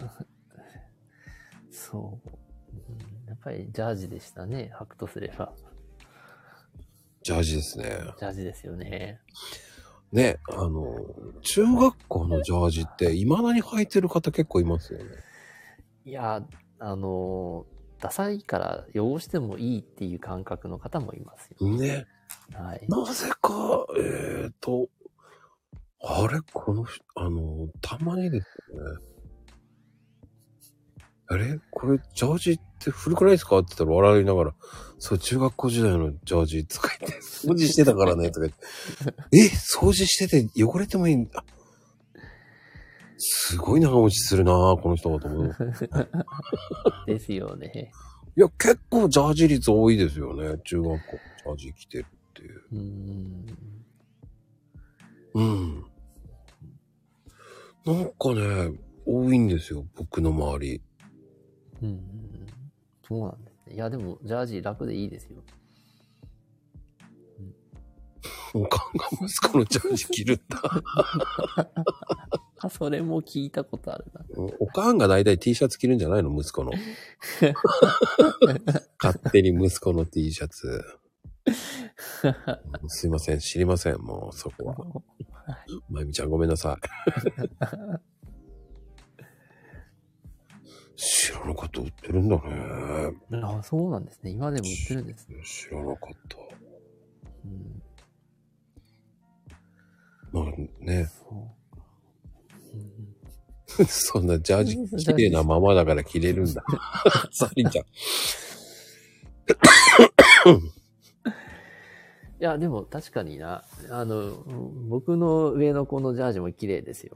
そう。やっぱりジャージでしたね、履くとすれば。 ジャージですね。 ジャージですよね。 ね、中学校のジャージって未だに履いてる方結構いますよね。 いや、ダサいから汚してもいいっていう感覚の方もいますよね。 はい。 なぜか、あれたまにですね。あれこれ、ジャージって古くないですかって言ったら笑いながら、そう、中学校時代のジャージ使って、掃除してたからね、とか言って。掃除してて汚れてもいいんだ。すごい長持ちするなぁ、この人はと思う。 ですよね。 いや、結構ジャージ率多いですよね。中学校ジャージ着てるっていう。なんかね、多いんですよ、僕の周り。 そうなんですね。いや、でも、ジャージ楽でいいですよ。 おかんが息子のジャージ着るんだ。 それも聞いたことあるな。 おかんがだいたい T シャツ着るんじゃないの息子の。勝手に息子の T シャツ。すいません、知りません、もうそこは。まゆみちゃんごめんなさい。知らなかった、売ってるんだね。 あ、そうなんですね。今でも売ってるんですね。 知らなかった。まあね。そんなジャージ綺麗なままだから着れるんだ。サリンちゃん。 いや、でも確かにな、僕の上の子のジャージも綺麗ですよ。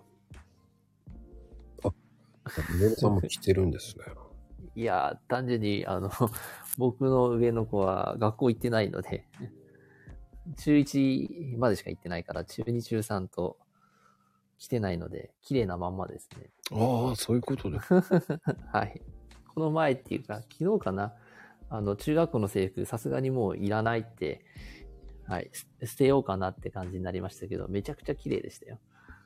上野さんも着てるんですね。 いや、単純に、僕の上の子は学校行ってないので、中1までしか行ってないから、中2、中3と着てないので、綺麗なまんまですね。 ああ、そういうことで。 はい。この前っていうか、昨日かな、中学校の制服、さすがにもういらないって、はい、捨てようかなって感じになりましたけど、めちゃくちゃ綺麗でしたよ。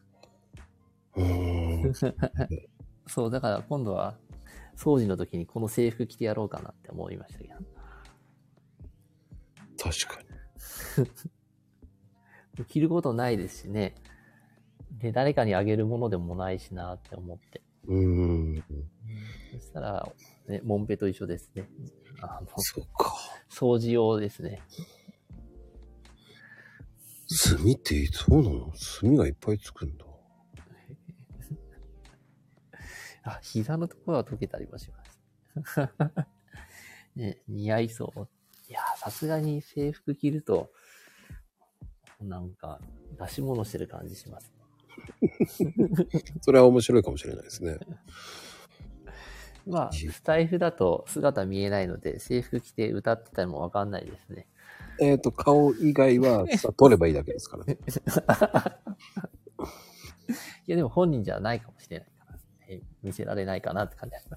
そう、だから今度は、掃除の時にこの制服着てやろうかなって思いましたけど。 確かに。着ることないですしね。で、誰かにあげるものでもないしなって思って。そしたら、ね、モンペと一緒ですね。 そうか。 掃除用ですね。 炭ってそうなの？炭がいっぱいつくんだ。 膝のところは溶けたりもします。ね、似合いそう。いや、さすがに制服着ると、なんか、出し物してる感じします。 それは面白いかもしれないですね。 まあ、スタイフだと姿見えないので、制服着て歌ってたりもわかんないですね。 顔以外は撮ればいいだけですからね。 いや、でも本人じゃないかもしれないから、見せられないかなって感じあります。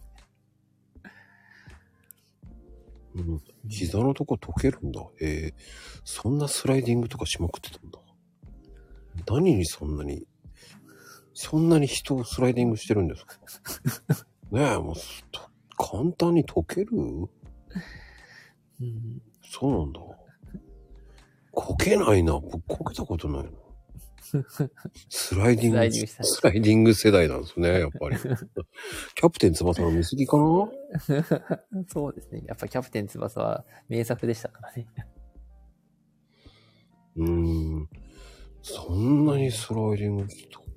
膝のとこ溶けるんだ。そんなスライディングとかしまくってたんだ。何にそんなに人をスライディングしてるんですか？ねえ、もう、簡単に溶ける？そうなんだ。こけないな。僕こけたことないの。 スライディング、スライディング世代なんですね、やっぱり。キャプテン翼の見過ぎかな。 そうですね。やっぱキャプテン翼は名作でしたからね。 そんなにスライディング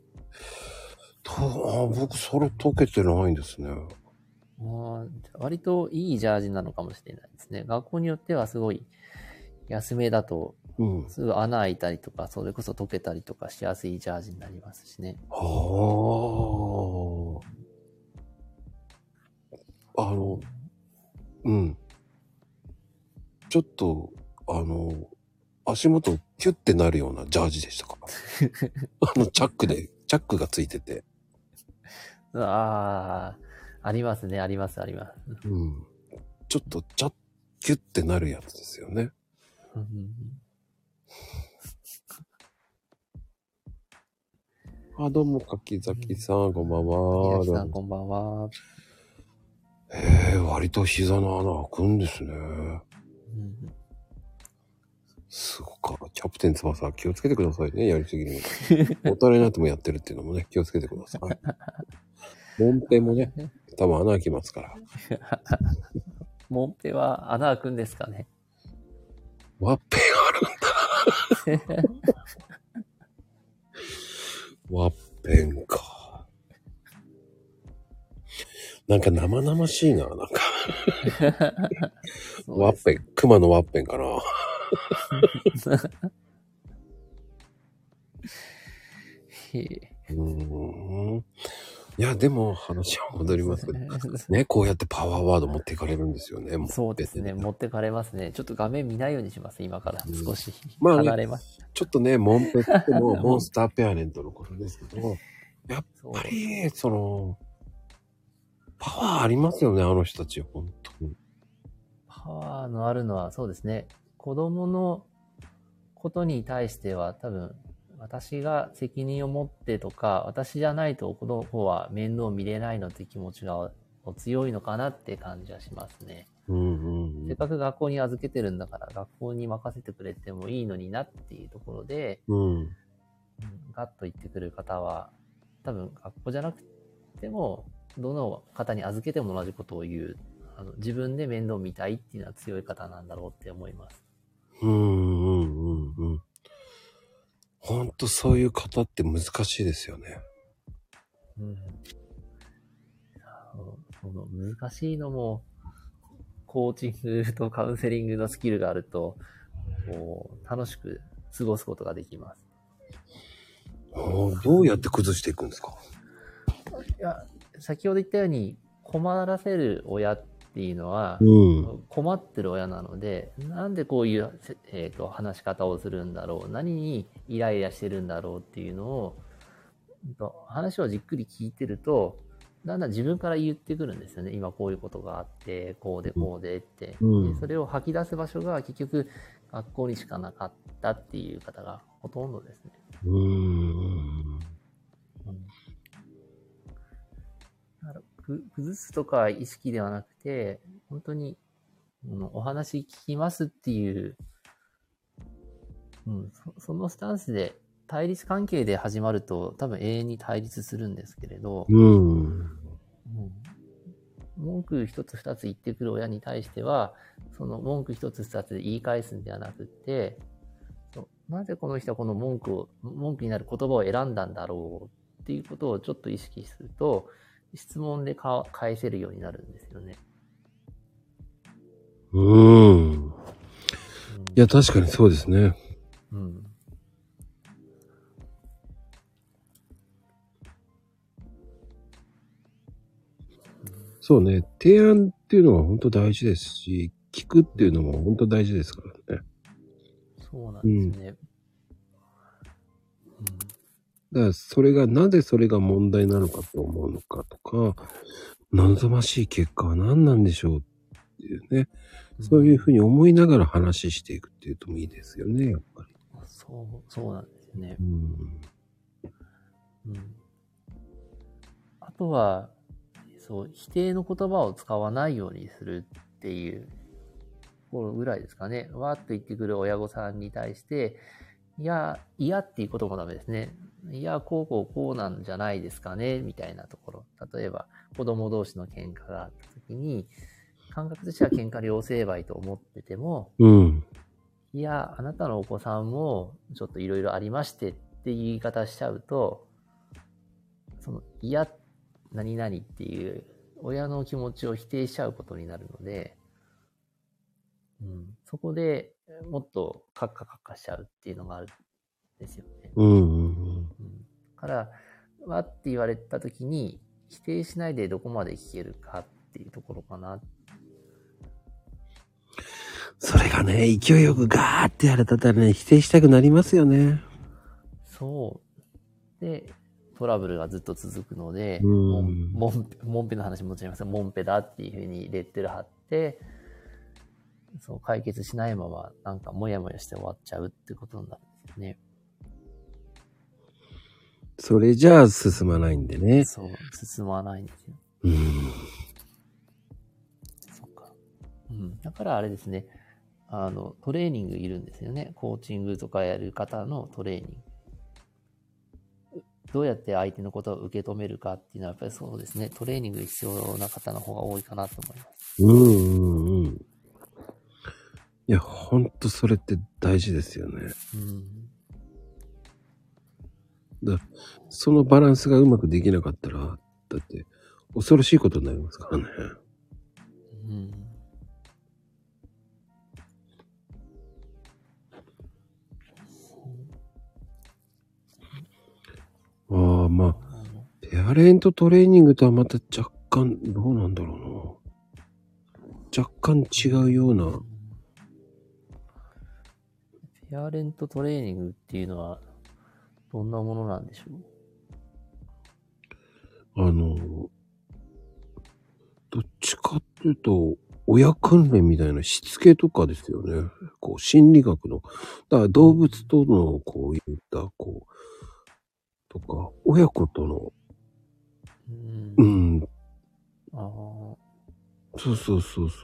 僕それ解けてないんですね。 割といいジャージなのかもしれないですね。学校によってはすごい安めだと、すぐ穴開いたりとか、それこそ溶けたりとかしやすいジャージになりますしね。 ちょっと、足元キュッてなるようなジャージでしたか？チャックがついてて。 ありますね、あります。 ちょっと、キュッてなるやつですよね。どうも、柿崎さん、こんばんは。 柿崎さん、こんばんは。 割と膝の穴開くんですね。すごか。キャプテン翼、気をつけてくださいね、やりすぎに。大人になってもやってるっていうのもね、気をつけてください。モンペもね、多分穴開きますから。 モンペは穴開くんですかね。 ワッペンあるんだ。ワッペンか。なんか生々しいな、なんか。ワッペン、熊のワッペンかな。いや、でも話は戻りますけど、ね、こうやってパワーワード持っていかれるんですよね。 そうですね、持ってかれますね。ちょっと画面見ないようにします、今から。少し離れます。 ちょっとね、モンペってもモンスターペアレントのことですけど、やっぱり、パワーありますよね、あの人たち、本当に。 パワーのあるのは、そうですね。子供のことに対しては、多分、私が責任を持ってとか、私じゃないとこの子は面倒見れないのって気持ちが強いのかなって感じはしますね。せっかく学校に預けてるんだから、学校に任せてくれてもいいのになっていうところで、ガッと言ってくる方は、多分学校じゃなくても、どの方に預けても同じことを言う。自分で面倒見たいっていうのは強い方なんだろうって思います。 ほんとそういう方って難しいですよね。 その難しいのも、コーチングとカウンセリングのスキルがあると、楽しく過ごすことができます。 どうやって崩していくんですか？ いや、先ほど言ったように、困らせる親っていうのは、困ってる親なので、なんでこういう、話し方をするんだろう、何にイライラしてるんだろうっていうのを、話をじっくり聞いてると、だんだん自分から言ってくるんですよね。今こういうことがあって、こうでこうでって。でそれを吐き出す場所が結局学校にしかなかったっていう方がほとんどですね。だから崩すとか意識ではなくて、本当に、お話聞きますっていう、そのスタンスで対立関係で始まると多分永遠に対立するんですけれど、文句一つ二つ言ってくる親に対しては、その文句一つ二つで言い返すんではなくて、なぜこの人はこの文句になる言葉を選んだんだろうっていうことをちょっと意識すると、質問で返せるようになるんですよね。 いや、確かにそうですね。そうね。提案っていうのは本当大事ですし、聞くっていうのも本当大事ですからね。 そうなんですね。 だからそれが、なぜそれが問題なのかと思うのかとか、望ましい結果は何なんでしょうっていうね。そういうふうに思いながら話していくっていうともいいですよね、やっぱり。 そうなんですね。あとは、否定の言葉を使わないようにするっていうところぐらいですかね。わーっと言ってくる親御さんに対して、 いや、嫌っていうこともダメですね。いや、こうなんじゃないですかね、みたいなところ。例えば、子供同士の喧嘩があった時に、感覚としては喧嘩両成敗と思ってても、 うん。 いや、あなたのお子さんもちょっといろいろありましてっていう言い方しちゃうと、その、いや、何々っていう親の気持ちを否定しちゃうことになるので、そこでもっとカッカカッカしちゃうっていうのがあるんですよね。から、わって言われたときに、否定しないでどこまで聞けるかっていうところかな。 それがね、勢いよくガーってやれたらね、否定したくなりますよね。 そう。で、トラブルがずっと続くので、モンペの話もちろんますが、モンペだっていうふうにレッテル貼って、そう、解決しないまま、なんかもやもやして終わっちゃうってことになるんですよね。 それじゃあ進まないんでね。 そう、進まないんですよ。そっか。だからあれですね。トレーニングいるんですよね。コーチングとかやる方のトレーニング。どうやって相手のことを受け止めるかっていうのはやっぱりそうですね。トレーニング必要な方の方が多いかなと思います。 いや、ほんとそれって大事ですよね。そのバランスがうまくできなかったら、だって恐ろしいことになりますからね。まあ、ペアレントトレーニングとはまた若干、どうなんだろうな。若干違うような。 ペアレントトレーニングっていうのは、どんなものなんでしょうどっちかっていうと、親訓練みたいなしつけとかですよね。こう、心理学の。だから動物とのこういった、こう、とか、親子との、そう。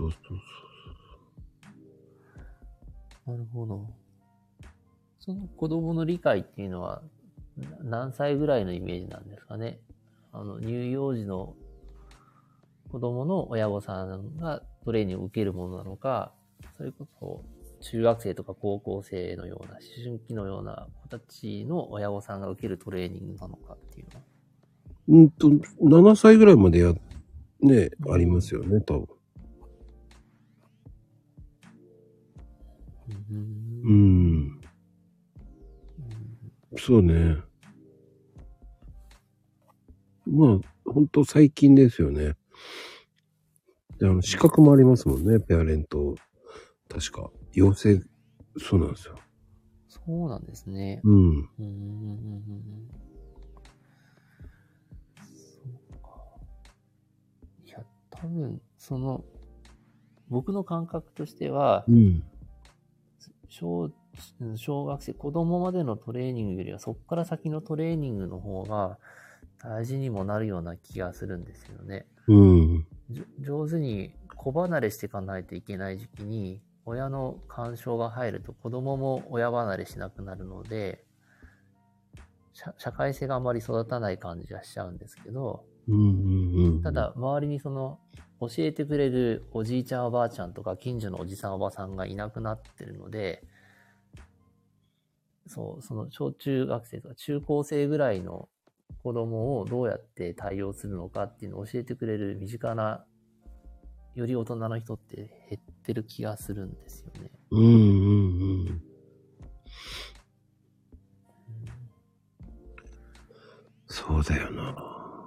なるほど。その子供の理解っていうのは何歳ぐらいのイメージなんですかね。乳幼児の子供の親御さんがトレーニングを受けるものなのか、それこそ中学生とか高校生のような思春期のような子たちの親御さんが受けるトレーニングなのかっていうのは。7歳ぐらいまでありますよね、多分。そうね。まあ、ほんと最近ですよね。で、資格もありますもんね、ペアレント。確か。養成、そうなんですよ。 そうなんですね。そうか。いや、多分、僕の感覚としては、小学生、子供までのトレーニングよりは、そこから先のトレーニングの方が大事にもなるような気がするんですよね。上手に子離れしていかないといけない時期に、親の干渉が入ると子供も親離れしなくなるので、社会性があまり育たない感じがしちゃうんですけど、ただ周りに教えてくれるおじいちゃんおばあちゃんとか近所のおじさんおばさんがいなくなってるので、その小中学生とか中高生ぐらいの子供をどうやって対応するのかっていうのを教えてくれる身近なより大人の人って減ってる気がするんですよね。 そうだよな。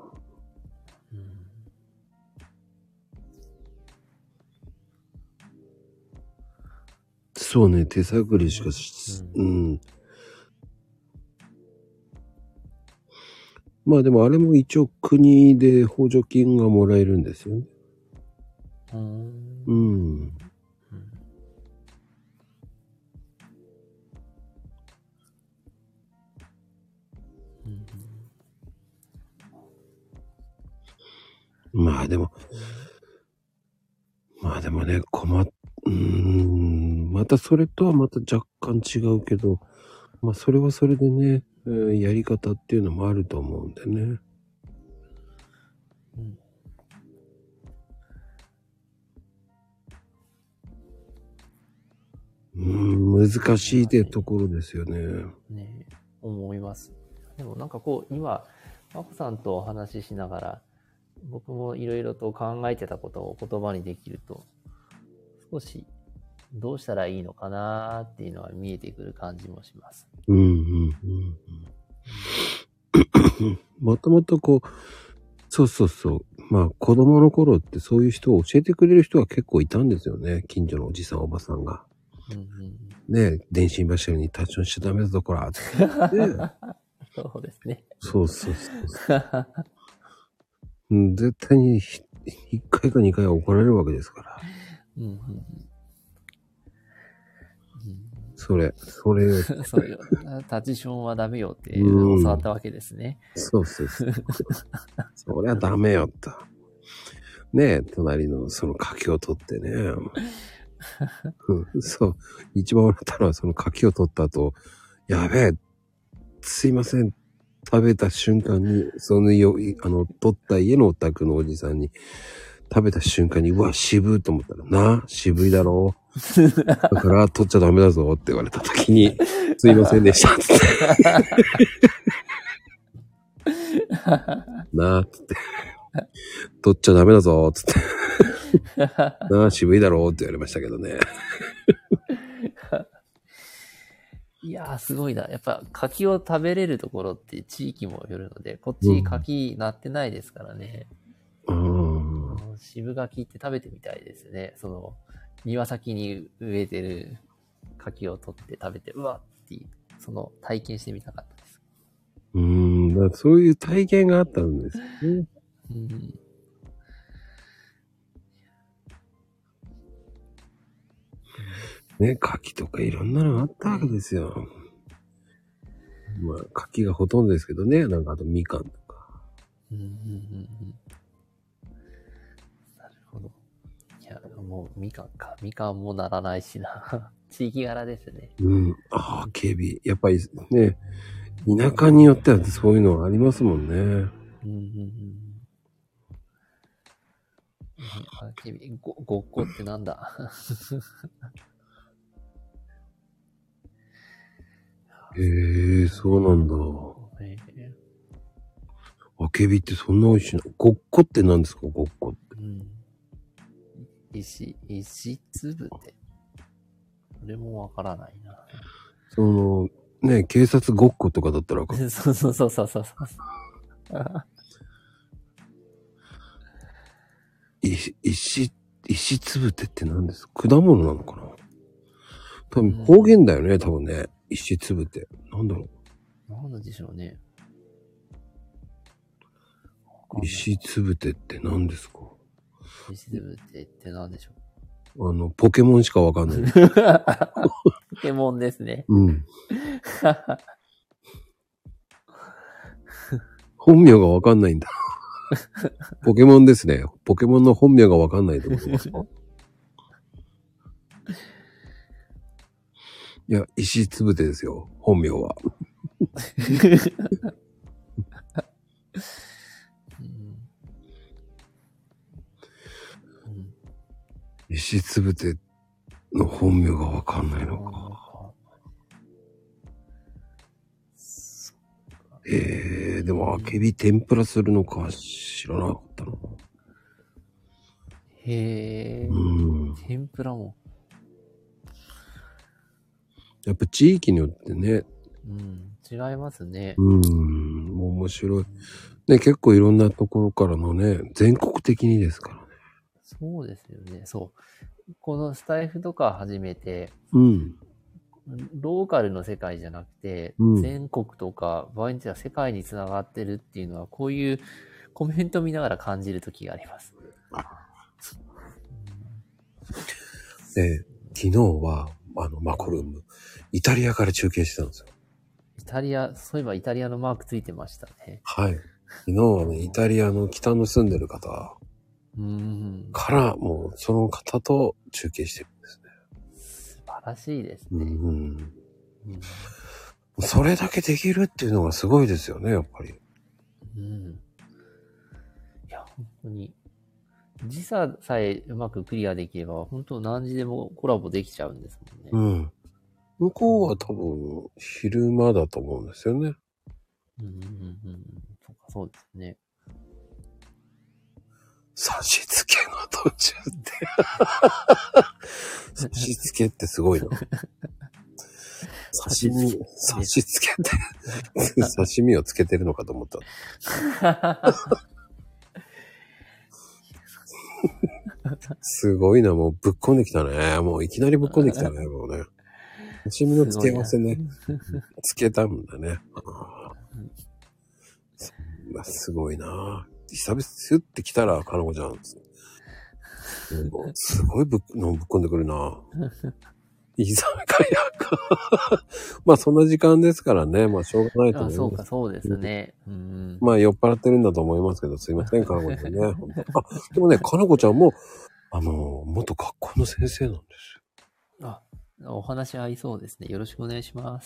そうね、手探りしかまあでもあれも一応国で補助金がもらえるんですよね。まあでもね、またそれとはまた若干違うけど、 まあそれはそれでね、やり方っていうのもあると思うんでね。難しいってところですよね。 ね、思います。でもなんかこう、今、まこさんとお話ししながら、僕もいろいろと考えてたことを言葉にできると、少しどうしたらいいのかなっていうのは見えてくる感じもします。 もともとこう、そうそうそう。まあ子供の頃ってそういう人を教えてくれる人が結構いたんですよね。近所のおじさんおばさんが。ねえ、電信柱にタッチオンしちゃダメだぞ、こら。ってそうですね。 そうそうそう絶対に1回か2回は怒られるわけですから。それよ。 そうよ。タジションはダメよって教わったわけですね。 そうそうそう。そりゃダメよと。ねえ、隣のその柿を取ってね。そう。一番笑ったのはその柿を取った後、やべえ、すいません。食べた瞬間に、取った家のお宅のおじさんに、食べた瞬間に、うわ、渋いと思ったら、な、渋いだろう。だから、取っちゃダメだぞって言われた時に、すいませんでした。つってなあ、つって。取っちゃダメだぞ、つって。なあ、渋いだろうって言われましたけどね。 いやー、すごいな。やっぱ、柿を食べれるところって地域もよるので、こっち柿なってないですからね。渋柿って食べてみたいですね。その、庭先に植えてる柿を取って食べて、うわっていう、その体験してみたかったです。 だからそういう体験があったんですよね。ね、柿とかいろんなのがあったわけですよ。まあ、柿がほとんどですけどね、なんかあとみかんとか。 なるほど。いや、もうみかんか。みかんもならないしな。地域柄ですね。 警備。やっぱりね、田舎によってはそういうのはありますもんね。 ごっこってなんだへえ、そうなんだ。あけびってそんな美味しいの？ごっこって何ですか？ごっこって。 石粒って。それもわからないな。 その、ね、警察ごっことかだったらそうそうそうそうそう。 石粒てって何ですか？果物なのかな？多分方言だよね、多分ね。石粒て。なんだろう。なんでしょうね。 石粒てって何ですか？ 石粒てって何でしょう？ポケモンしかわかんない。 ポケモンですね。 本名がわかんないんだ。ポケモンですね。ポケモンの本名がわかんないってことですか？いや、石つぶてですよ。本名は。石つぶての本名がわかんないのか。でも、あけび天ぷらするのか知らなかったな。 へー。天ぷらも。 やっぱ地域によってね。 違いますね。 もう面白い。ね、結構いろんなところからのね、全国的にですからね。 そうですよね。そう。このスタイフとか始めて、ローカルの世界じゃなくて、全国とか、場合によっては世界につながってるっていうのは、こういうコメント見ながら感じるときがあります。 昨日は、マコルーム、イタリアから中継してたんですよ。 イタリア、そういえばイタリアのマークついてましたね。 はい。昨日はね、イタリアの北の住んでる方から、もうその方と中継してるんですね。 素晴らしいですね。 それだけできるっていうのがすごいですよね、やっぱり。 うん。いや、本当に。時差さえうまくクリアできれば、本当何時でもコラボできちゃうんですもんね。 うん。向こうは多分、昼間だと思うんですよね。 うんうんうんうん。そうか、そうですね。 差し付けの途中って。差し付けってすごいな。刺身、差し付けって刺身をつけてるのかと思った。すごいな、もうぶっこんできたね。もういきなりぶっこんできたね、もうね。刺身の付け合わせね。つけたんだね。すごいな。久々スッて来たら、かなこちゃん。すごいぶっこんでくるな。居酒屋か。まあそんな時間ですからね。まあしょうがないと思います。 そうか、そうですね。うん、 まあ酔っ払ってるんだと思いますけど、すいません、かなこちゃんね。あ、でもね、かなこちゃんも、元学校の先生なんですよ。 あ、お話合いそうですね。よろしくお願いします。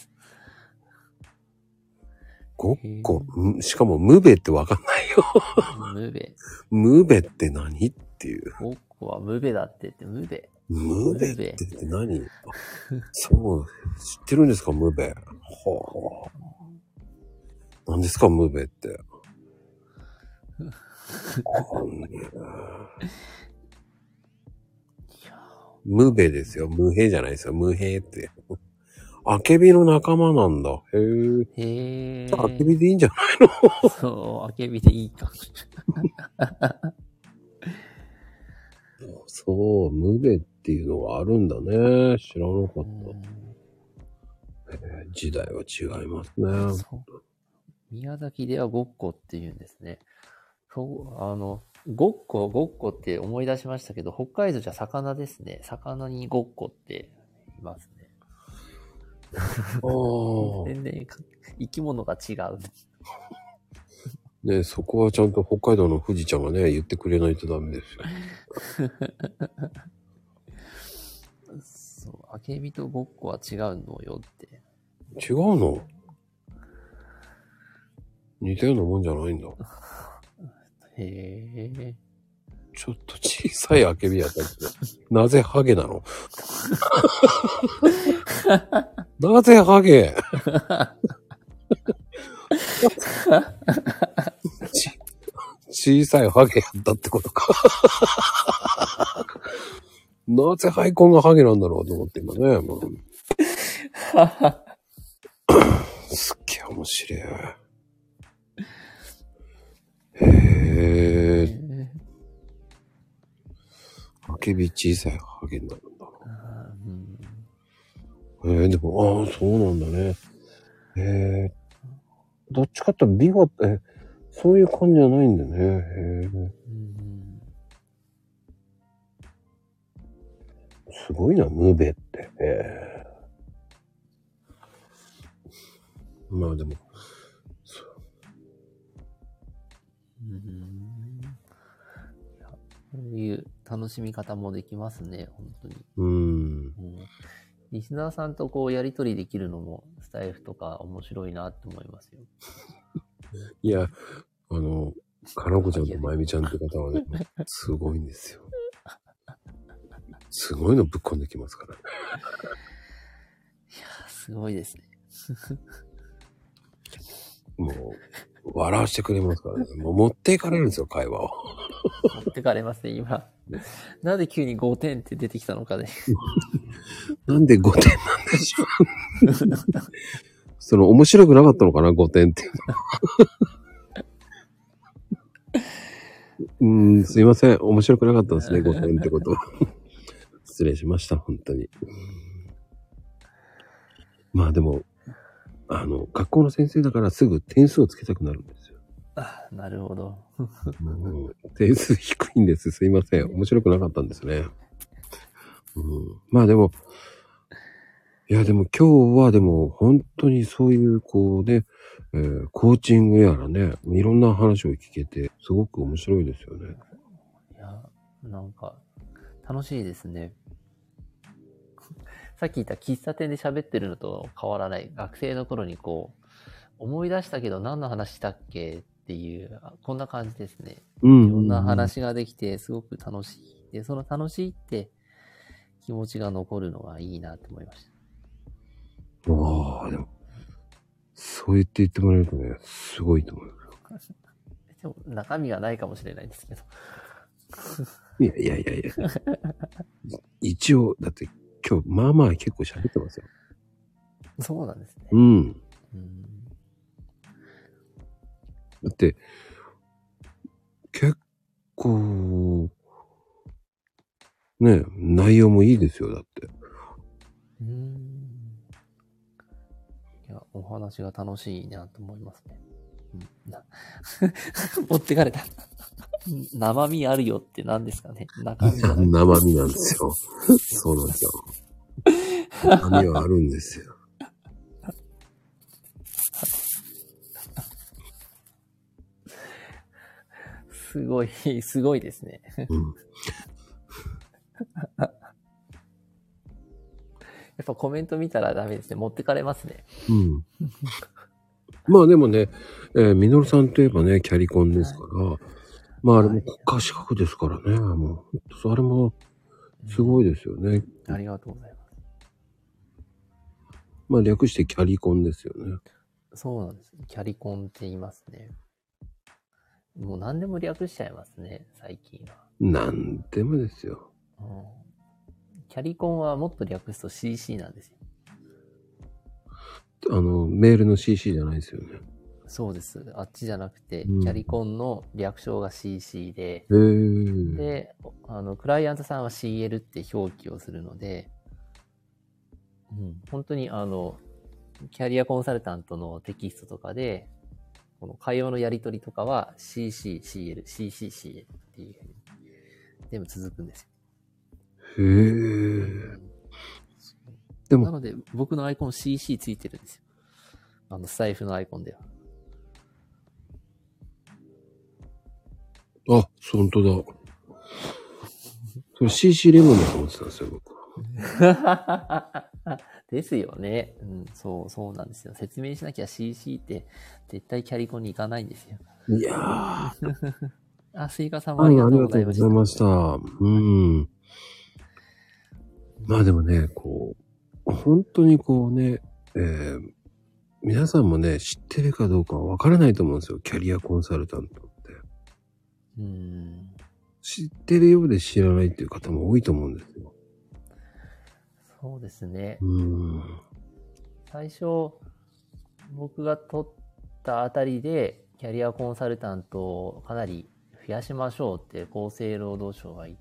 ごっこ、しかもムベってわかんないよ。 ムベ。 ムベって何っていう。 ごっこはムベだって言って、ムベ。 ムベって何そう、知ってるんですか、ムベ。はあ。何ですか、ムベって。ムベですよ。ムヘじゃないですよ。ムヘって。アケビの仲間なんだ。へえ。 へえ。 アケビでいいんじゃないの？ そう、アケビでいいか。 そう、ムベっていうのがあるんだね。知らなかった。時代は違いますね。 宮崎ではごっこって言うんですね。そう、ごっこって思い出しましたけど、北海道じゃ魚ですね。魚にごっこって言いますね。全然生き物が違う。 ね、そこはちゃんと北海道の富士ちゃんがね、言ってくれないとダメですよ。 そう、アケビとごっこは違うのよって。 違うの？似たようなもんじゃないんだ。 へえ。 ちょっと小さいアケビやったって。なぜハゲなの？なぜハゲ？小さいハゲやったってことか。なぜハイコンがハゲなんだろうと思って今ね。もうすっげえ面白い。へえ。アケビ小さいハゲになるんだな。でも、そうなんだね。どっちかってビゴって、そういう感じじゃないんだね。すごいな、ムベって。まあでも、 そういう楽しみ方もできますね、本当に。リスナーさんとこうやりとりできるのもスタイフとか面白いなって思いますよ。 いや、かなこちゃんとまゆみちゃんって方はね、すごいんですよ。すごいのぶっこんできますからね。 いや、すごいですね。 もう、笑わしてくれますからね。もう持っていかれるんですよ、会話を。 持ってかれますね、今。なんで急に5点って出てきたのかね。 なんで5点なんでしょう。面白くなかったのかな、5点っていうの。すいません。面白くなかったですね、5点ってことは。失礼しました、本当に。まあでも、学校の先生だからすぐ点数をつけたくなるんですよ。 なるほど。 点数低いんです。すいません。面白くなかったんですね。まあでも、いやでも今日はでも本当にそういうこうね、コーチングやらね、いろんな話を聞けて、すごく面白いですよね。 いや、なんか、楽しいですね。 さっき言った喫茶店で喋ってるのと変わらない。学生の頃にこう、思い出したけど何の話したっけっていう、こんな感じですね。いろんな話ができてすごく楽しい。で、その楽しいって気持ちが残るのがいいなって思いました。 ああ、でも、そう言って言ってもらえるとね、すごいと思う。 でも中身がないかもしれないですけど。 いや。一応、だって今日、まあまあ結構喋ってますよ。 そうなんですね。 だって、結構、ね、内容もいいですよ、だって。 いや、お話が楽しいなと思いますね。持ってかれた。生身あるよって何ですかね。中身が生身なんですよ。そうなんですよ。中身はあるんですよ。 すごいですね。やっぱコメント見たらダメですね。持ってかれますね。 まあでもね、みのるさんといえばね、キャリコンですから、まああれも国家資格ですからね、もう、あれもすごいですよね。 ありがとうございます。 まあ略してキャリコンですよね。 そうなんです。キャリコンって言いますね。もう何でも略しちゃいますね、最近は。 何でもですよ。 キャリコンはもっと略すと CC なんですよ。 メールの CC じゃないですよね。 そうです。あっちじゃなくて、キャリコンの略称が CC で、で、クライアントさんは CL って表記をするので、本当にキャリアコンサルタントのテキストとかで、この会話のやり取りとかは CC、CL、CC、CL っていうふうに全部続くんですよ。でもなので、僕のアイコン CC ついてるんですよ。スタイフのアイコンでは。 あ、本当だ。それ CC レモンだと思ってたんですよ、僕は。ですよね。そうなんですよ。説明しなきゃ CC って絶対キャリコンに行かないんですよ。 いやー。 あ、スイカさんもありがとうございました。 ありがとうございました。まあでもね、本当に皆さんもね、知ってるかどうかはわからないと思うんですよ。キャリアコンサルタントって。知ってるようで知らないっていう方も多いと思うんですよ。 そうですね。最初、僕が取ったあたりで、キャリアコンサルタントをかなり増やしましょうって厚生労働省が言って、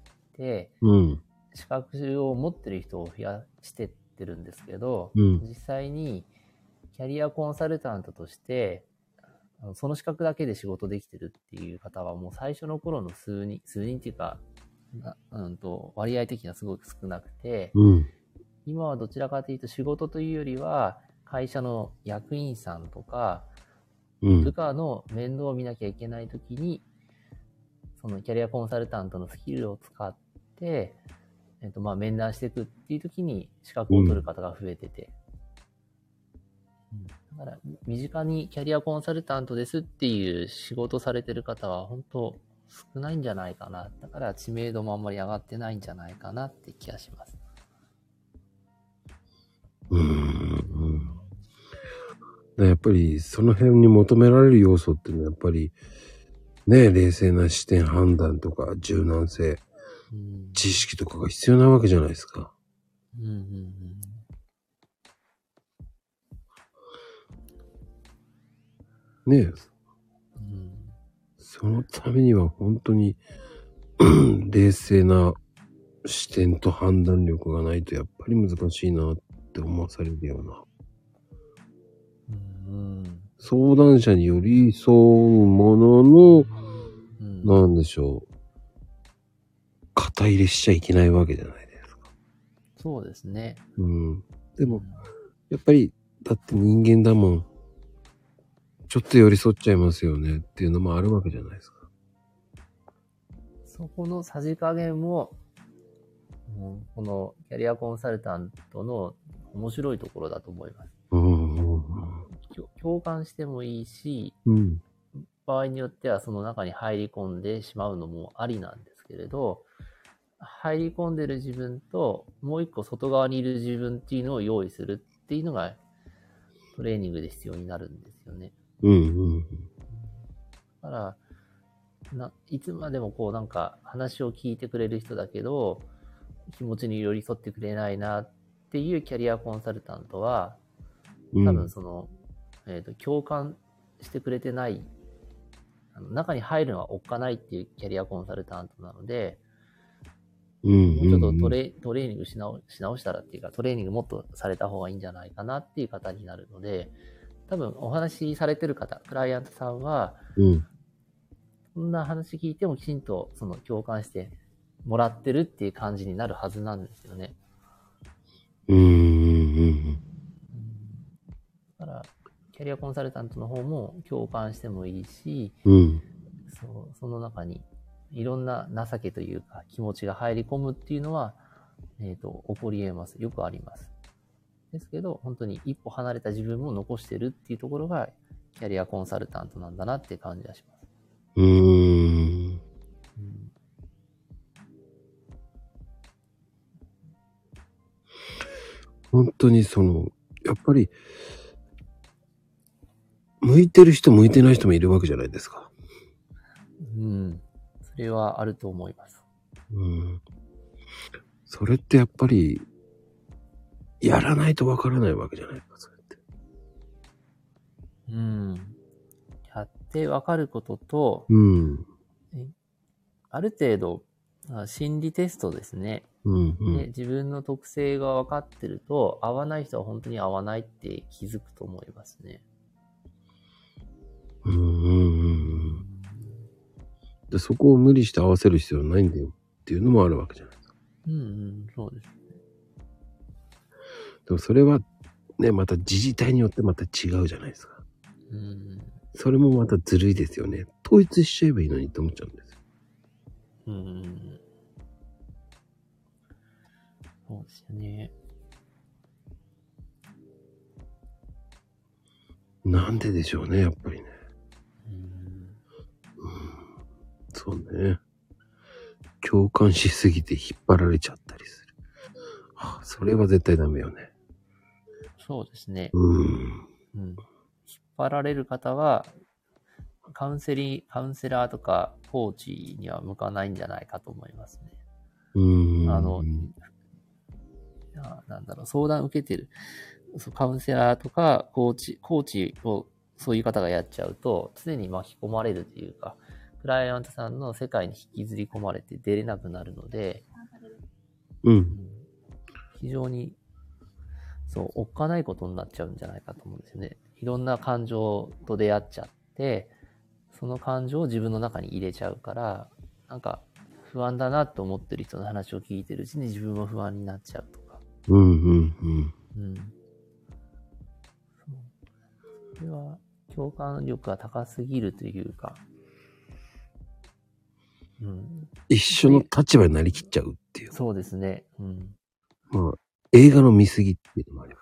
資格を持ってる人を増やしてってるんですけど、実際にキャリアコンサルタントとして、その資格だけで仕事できてるっていう方はもう最初の頃の数人っていうか、割合的にはすごく少なくて、今はどちらかというと仕事というよりは会社の役員さんとか、部下の面倒を見なきゃいけないときに、そのキャリアコンサルタントのスキルを使って、面談していくっていうときに資格を取る方が増えてて、だから身近にキャリアコンサルタントですっていう仕事されてる方は本当少ないんじゃないかな。だから知名度もあんまり上がってないんじゃないかなって気がします。 やっぱりその辺に求められる要素っていうのはやっぱりね、冷静な視点判断とか柔軟性、知識とかが必要なわけじゃないですか。ねえ。そのためには本当に冷静な視点と判断力がないとやっぱり難しいなって思わされるような。相談者に寄り添うものの、なんでしょう。肩入れしちゃいけないわけじゃないですか。 そうですね。 でも、やっぱり、だって人間だもん。ちょっと寄り添っちゃいますよねっていうのもあるわけじゃないですか。 そこのさじ加減も、 このキャリアコンサルタントの面白いところだと思います。共感してもいいし、場合によってはその中に入り込んでしまうのもありなんですけれど、入り込んでる自分ともう一個外側にいる自分っていうのを用意するっていうのがトレーニングで必要になるんですよね。だからいつまでもこうなんか話を聞いてくれる人だけど気持ちに寄り添ってくれないなっていうキャリアコンサルタントは多分その、共感してくれてない、中に入るのはおっかないっていうキャリアコンサルタントなので、もうちょっとトレーニングし直したらっていうか、トレーニングもっとされた方がいいんじゃないかなっていう方になるので、多分お話しされてる方、クライアントさんは、そんな話聞いてもきちんとその共感してもらってるっていう感じになるはずなんですよね。だから、キャリアコンサルタントの方も共感してもいいし、その中にいろんな情けというか気持ちが入り込むっていうのは、起こり得ます。よくあります。ですけど、本当に一歩離れた自分も残してるっていうところが、キャリアコンサルタントなんだなって感じがします。 本当にやっぱり、向いてる人向いてない人もいるわけじゃないですか。 それはあると思います。 それってやっぱり、やらないとわからないわけじゃないですか、それって。 やってわかることと、ある程度、心理テストですね。で自分の特性が分かってると、合わない人は本当に合わないって気づくと思いますね。 でそこを無理して合わせる必要ないんだよっていうのもあるわけじゃないですか。 そうですね。 でもそれはね、また自治体によってまた違うじゃないですか。それもまたずるいですよね。統一しちゃえばいいのにって思っちゃうんですよ。 そうですよね。 なんででしょうね、やっぱりね。そうね。共感しすぎて引っ張られちゃったりする。それは絶対ダメよね。 そうですね。引っ張られる方は、カウンセラーとかコーチには向かないんじゃないかと思いますね。なんだろう、相談受けてる、カウンセラーとかコーチをそういう方がやっちゃうと、常に巻き込まれるというか、クライアントさんの世界に引きずり込まれて出れなくなるので、非常に、おっかないことになっちゃうんじゃないかと思うんですよね。いろんな感情と出会っちゃって、その感情を自分の中に入れちゃうから、なんか不安だなと思ってる人の話を聞いてるうちに自分も不安になっちゃうとか。それは共感力が高すぎるというか、 一緒の立場になりきっちゃうっていう。 そうですね。 まあ、映画の見過ぎっていうのもあります。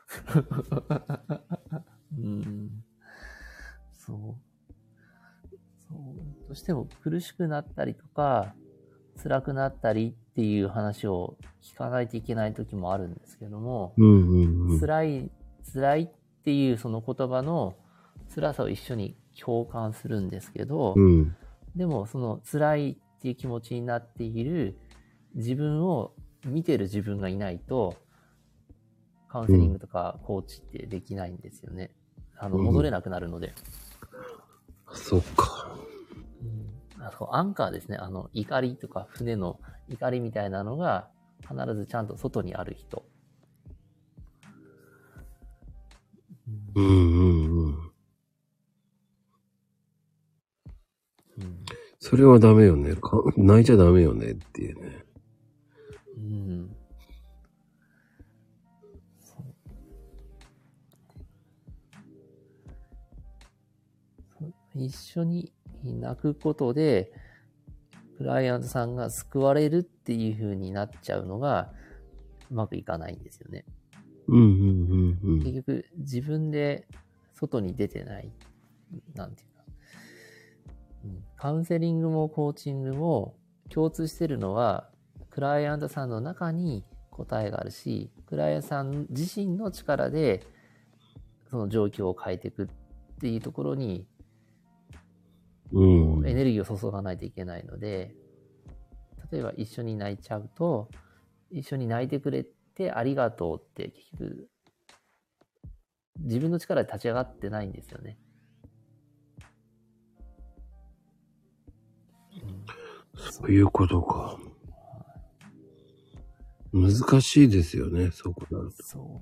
どうしても苦しくなったりとか、辛くなったりっていう話を聞かないといけない時もあるんですけども、辛いっていうその言葉の辛さを一緒に共感するんですけど、でもその辛いっていう気持ちになっている自分を見てる自分がいないと、カウンセリングとかコーチってできないんですよね。戻れなくなるので。 そっか。 アンカーですね。怒りとか船の怒りみたいなのが必ずちゃんと外にある人。 それはダメよね。泣いちゃダメよねっていうね。 一緒に泣くことで、クライアントさんが救われるっていう風になっちゃうのが、 まくいかないんですよね。 うんうんうんうん。 結局、自分で外に出てない。なんていうか。カウンセリングもコーチングも共通してるのは、クライアントさんの中に答えがあるし、クライアントさん自身の力でその状況を変えていくっていうところに、エネルギーを注がないといけないので、例えば一緒に泣いちゃうと、一緒に泣いてくれてありがとうって結局、自分の力で立ち上がってないんですよね。 そういうことか。難しいですよね、そこなると。 そう。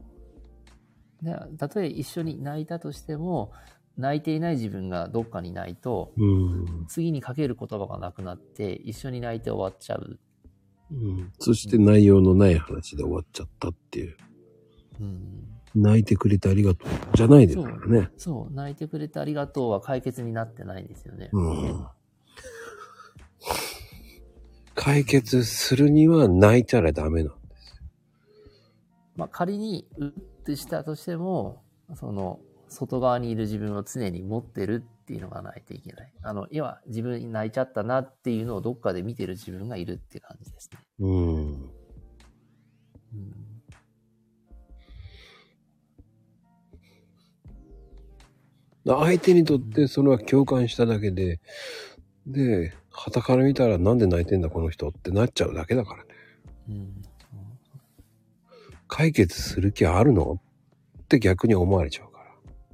で、たとえ一緒に泣いたとしても、泣いていない自分がどっかにないと、次にかける言葉がなくなって、一緒に泣いて終わっちゃう。 そして内容のない話で終わっちゃったっていう。泣いてくれてありがとうじゃないですからね。 そう、泣いてくれてありがとうは解決になってないんですよね。 解決するには泣いたらダメなんですよ。 まあ仮にうってしたとしても、その外側にいる自分を常に持ってるっていうのがないといけない。要は自分に泣いちゃったなっていうのをどっかで見てる自分がいるって感じですね。 相手にとってそれは共感しただけで、で、傍から見たらなんで泣いてんだこの人ってなっちゃうだけだからね。解決する気あるのって逆に思われちゃうから。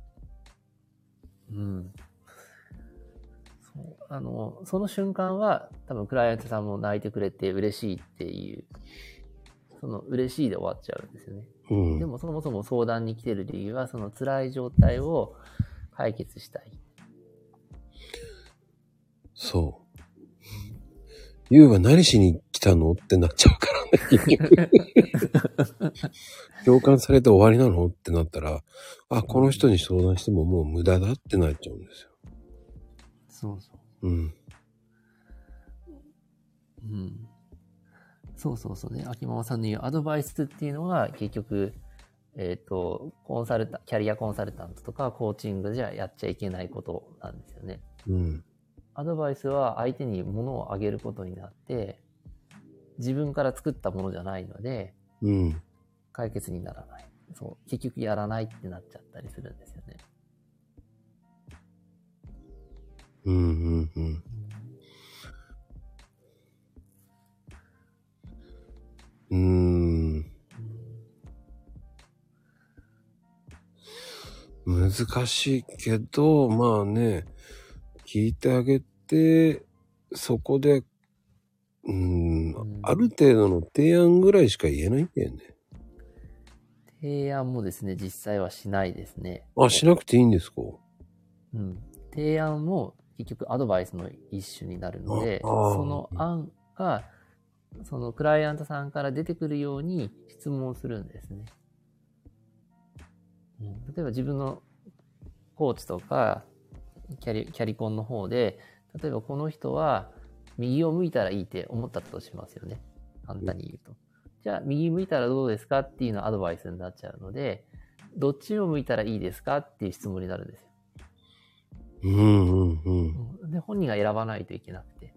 その瞬間は多分クライアントさんも泣いてくれて嬉しいっていう、その嬉しいで終わっちゃうんですよね。でもそもそも相談に来てる理由はその辛い状態を解決したい。 そう。ゆうは何しに来たのってなっちゃうからね。共感されて終わりなのってなったら、あ、この人に相談してももう無駄だってなっちゃうんですよ。 そうそう。そうね。秋ママさんの言うアドバイスっていうのは結局、コンサルタント、キャリアコンサルタントとかコーチングじゃやっちゃいけないことなんですよね。アドバイスは相手に物をあげることになって、自分から作ったものじゃないので、解決にならない。そう。結局やらないってなっちゃったりするんですよね。 難しいけど、まあね、聞いてあげて、そこで、ある程度の提案ぐらいしか言えないんだよね。 提案もですね、実際はしないですね。 あ、しなくていいんですか？ 提案も結局アドバイスの一種になるので、その案が、そのクライアントさんから出てくるように質問するんですね。例えば自分のコーチとかキャリコンの方で、例えばこの人は右を向いたらいいって思ったとしますよね。簡単に言うと。じゃあ右向いたらどうですかっていうのはアドバイスになっちゃうので、どっちを向いたらいいですかっていう質問になるんですよ。で、本人が選ばないといけなくて。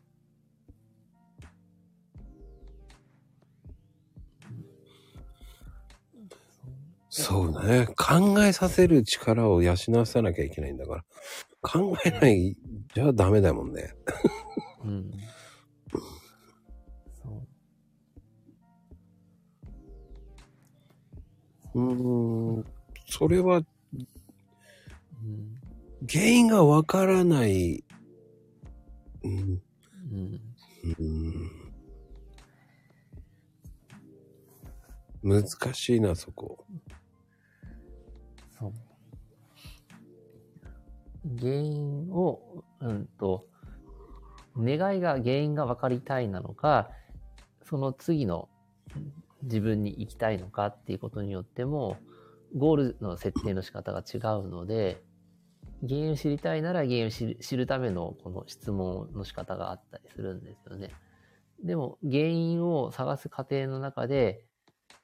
そうね。考えさせる力を養わさなきゃいけないんだから。考えないじゃダメだもんね。それは、原因がわからない。難しいな、そこ。 そう。原因を、願いが原因が分かりたいなのか、その次の自分に行きたいのかっていうことによっても、ゴールの設定の仕方が違うので、原因を知りたいなら原因を知るためのこの質問の仕方があったりするんですよね。でも原因を探す過程の中で、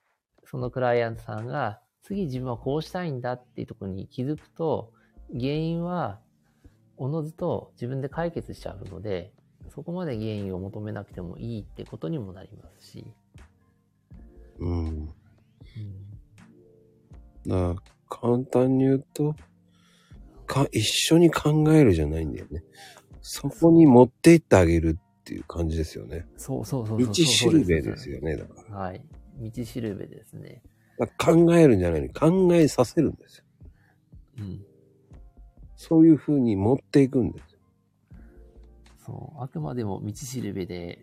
そのクライアントさんが、次自分はこうしたいんだっていうところに気づくと、原因は、おのずと自分で解決しちゃうので、そこまで原因を求めなくてもいいってことにもなりますし。 だから簡単に言うと、一緒に考えるじゃないんだよね。そこに持っていってあげるっていう感じですよね。 そう。 道しるべですよね、だから。 はい。道しるべですね。 だから考えるんじゃないのに考えさせるんですよ。そういう風に持っていくんですよ。 そう。あくまでも道しるべで、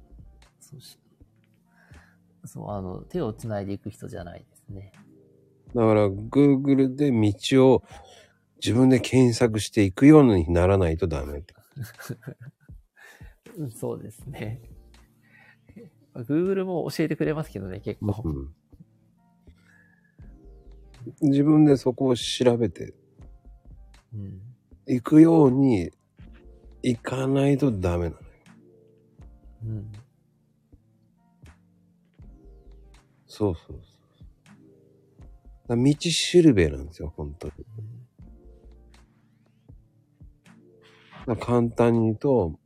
手をつないでいく人じゃないですね。 だから Google で道を自分で検索していくようにならないとダメって。 そうですね。Google も教えてくれますけどね、結構。 自分でそこを調べていくようにいかないとダメなのよ。そう。道しるべなんですよ、本当に。簡単に言うと、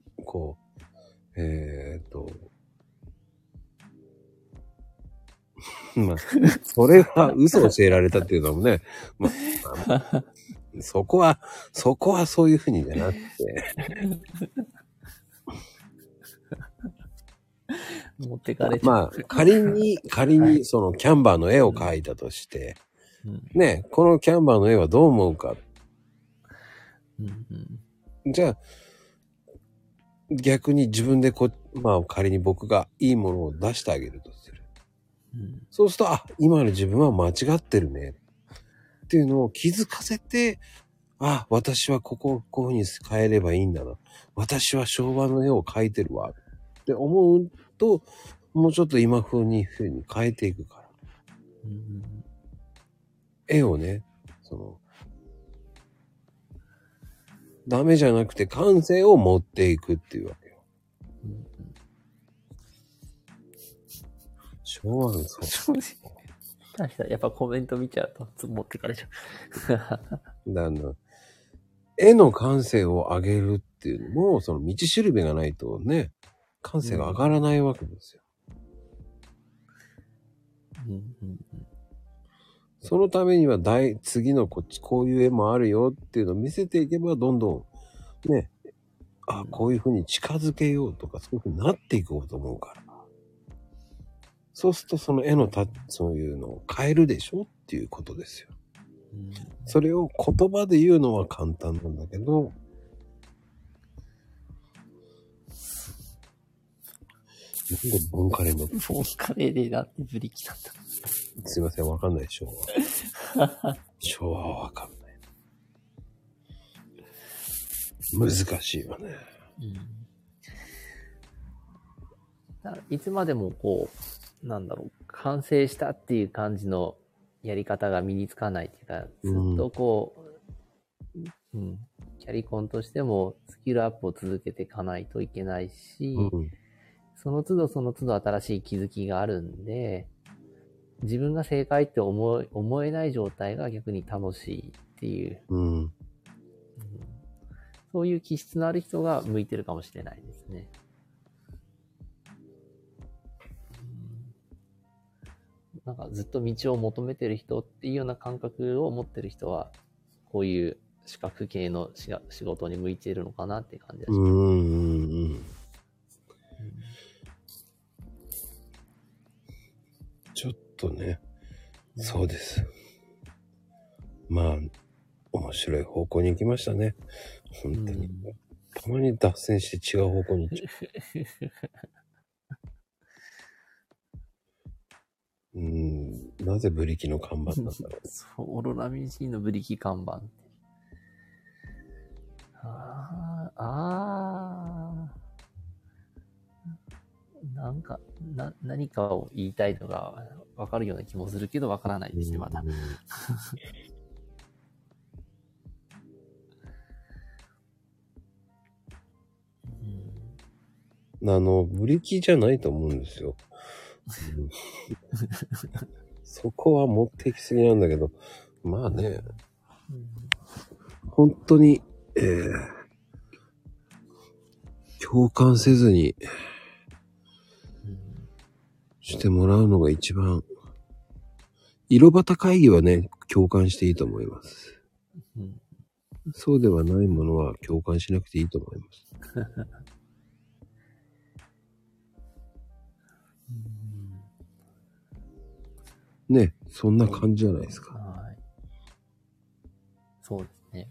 まあ、それは嘘を教えられたっていうのもね、そこはそういうふうにじゃなくて。 持ってかれちゃう。 まあ、仮にそのキャンバーの絵を描いたとして、ね、このキャンバーの絵はどう思うか。じゃあ、逆に自分で仮に僕がいいものを出してあげるとする。そうすると、今の自分は間違ってるね。っていうのを気づかせて、私はこういう風に変えればいいんだな。私は昭和の絵を描いてるわ。って思うと、もうちょっと今風に変えていくから。絵をね、ダメじゃなくて感性を持っていくっていうわけよ。昭和のそう。 確かに、やっぱコメント見ちゃうと持ってかれちゃう。 絵の感性を上げるっていうのも、その道しるべがないとね、感性が上がらないわけですよ。そのためには次のこういう絵もあるよっていうのを見せていけば、どんどんね、こういう風に近づけようとか、そういう風になっていこうと思うから。そうするとその絵のそういうのを変えるでしょっていうことですよ。それを言葉で言うのは簡単なんだけど、なんでボンカレーのボンカレーでだってブリキなんだ。 すいません、わかんない、昭和。昭和はわかんない。難しいわね。 いつまでも完成したっていう感じのやり方が身につかないっていうか、ずっとキャリコンとしてもスキルアップを続けていかないといけないし、その都度新しい気づきがあるんで、自分が正解って思えない状態が逆に楽しいっていう、そういう気質のある人が向いてるかもしれないですね。なんかずっと道を求めてる人っていうような感覚を持ってる人は、こういう資格系の仕事に向いているのかなっていう感じがします。 ちょっとね、そうです。まあ、面白い方向に行きましたね。本当に。たまに脱線して違う方向に行っちゃう。なぜブリキの看板なんだろう。 そう、オロナミン C のブリキ看板って。なんか、何かを言いたいのがわかるような気もするけどわからないですね、まだ。 ブリキじゃないと思うんですよ。 そこは持ってきすぎなんだけど、まあね、 うん本当に、共感せずにうんしてもらうのが一番、色端会議はね、共感していいと思います。 うんそうではないものは共感しなくていいと思います。ね、そんな感じじゃないですか。 はい。そうですね。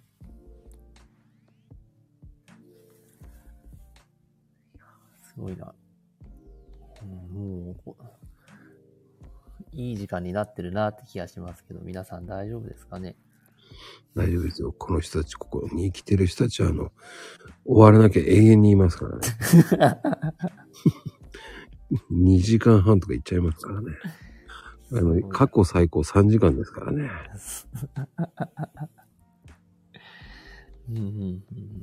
すごいな。もういい時間になってるなって気がしますけど、皆さん大丈夫ですかね。 大丈夫ですよ。この人たち、ここに生きてる人たちは、終わらなきゃ永遠にいますからね。2時間半とかいっちゃいますからね。過去最高3時間ですからね。 うんうんうん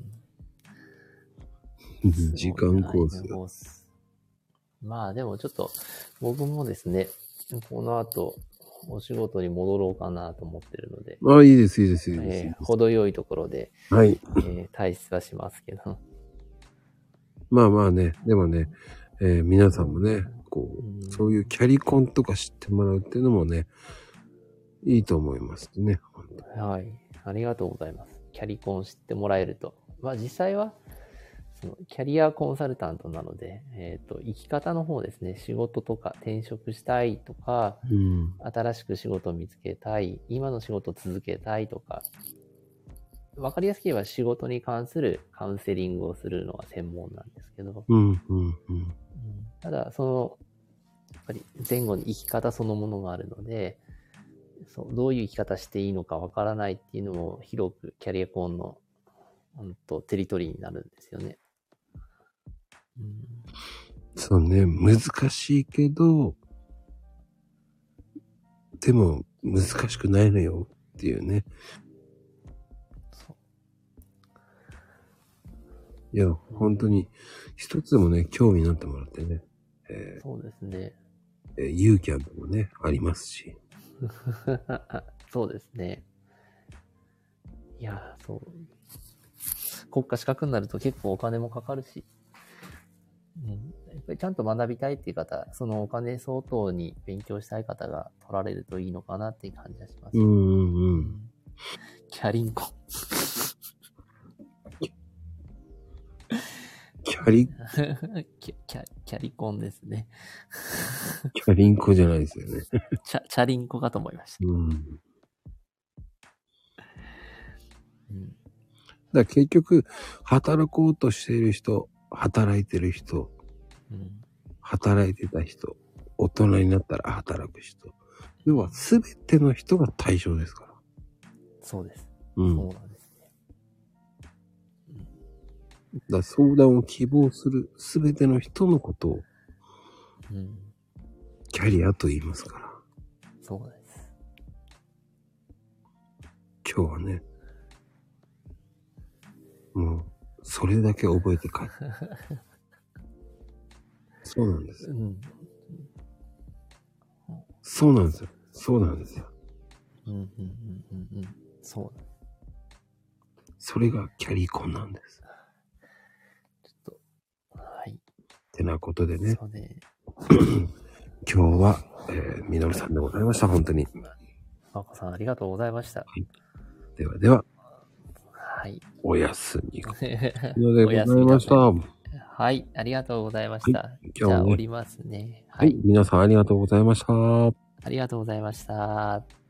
2時間コース。 まあでもちょっと僕もですね、この後お仕事に戻ろうかなと思ってるので、 ああ、いいです、いいです、いいです。 程よいところで、 はい。 退出はしますけど。 まあまあね、でもね、皆さんもね、そういうキャリコンとか知ってもらうっていうのもね、いいと思いますね。 はい。ありがとうございます。キャリコン知ってもらえると。まあ実際は、キャリアコンサルタントなので、生き方の方ですね、仕事とか転職したいとか、新しく仕事を見つけたい、今の仕事を続けたいとか、わかりやすく言えば仕事に関するカウンセリングをするのが専門なんですけど、ただ、やっぱり前後に生き方そのものがあるので、どういう生き方していいのかわからないっていうのも広くキャリアコンのテリトリーになるんですよね。 そうね、難しいけど、でも難しくないのよっていうね。いや、本当に一つでもね、興味になってもらってね。 そうですね。 ユーキャンでもね、ありますし。 そうですね。いや、そう。国家資格になると結構お金もかかるし、やっぱりちゃんと学びたいっていう方、そのお金相当に勉強したい方が取られるといいのかなっていう感じがします。キャリンコ。 キャリコンですね。 キャリンコじゃないですよね。 チャリンコかと思いました。 だから結局、働こうとしている人、働いてる人、働いてた人、大人になったら働く人。要は全ての人が対象ですから。 そうです。そうなんですね。 だ相談を希望する全ての人のことを、キャリアと言いますから。 そうです。 今日はね、もう、それだけ覚えて帰る。そうなんです。そうなんですよ。そうなんですよ。 そう。 それがキャリコンなんです。 ちょっと、はい。 ってなことでね。 そうね。 今日は、みのるさんでございました。本当に。 まこさんありがとうございました。はい、 ではでは。 はい。 おやすみ。でございました。 はい。ありがとうございました。はい、じゃあ、降りますね。 はい。皆さんありがとうございました。 ありがとうございました。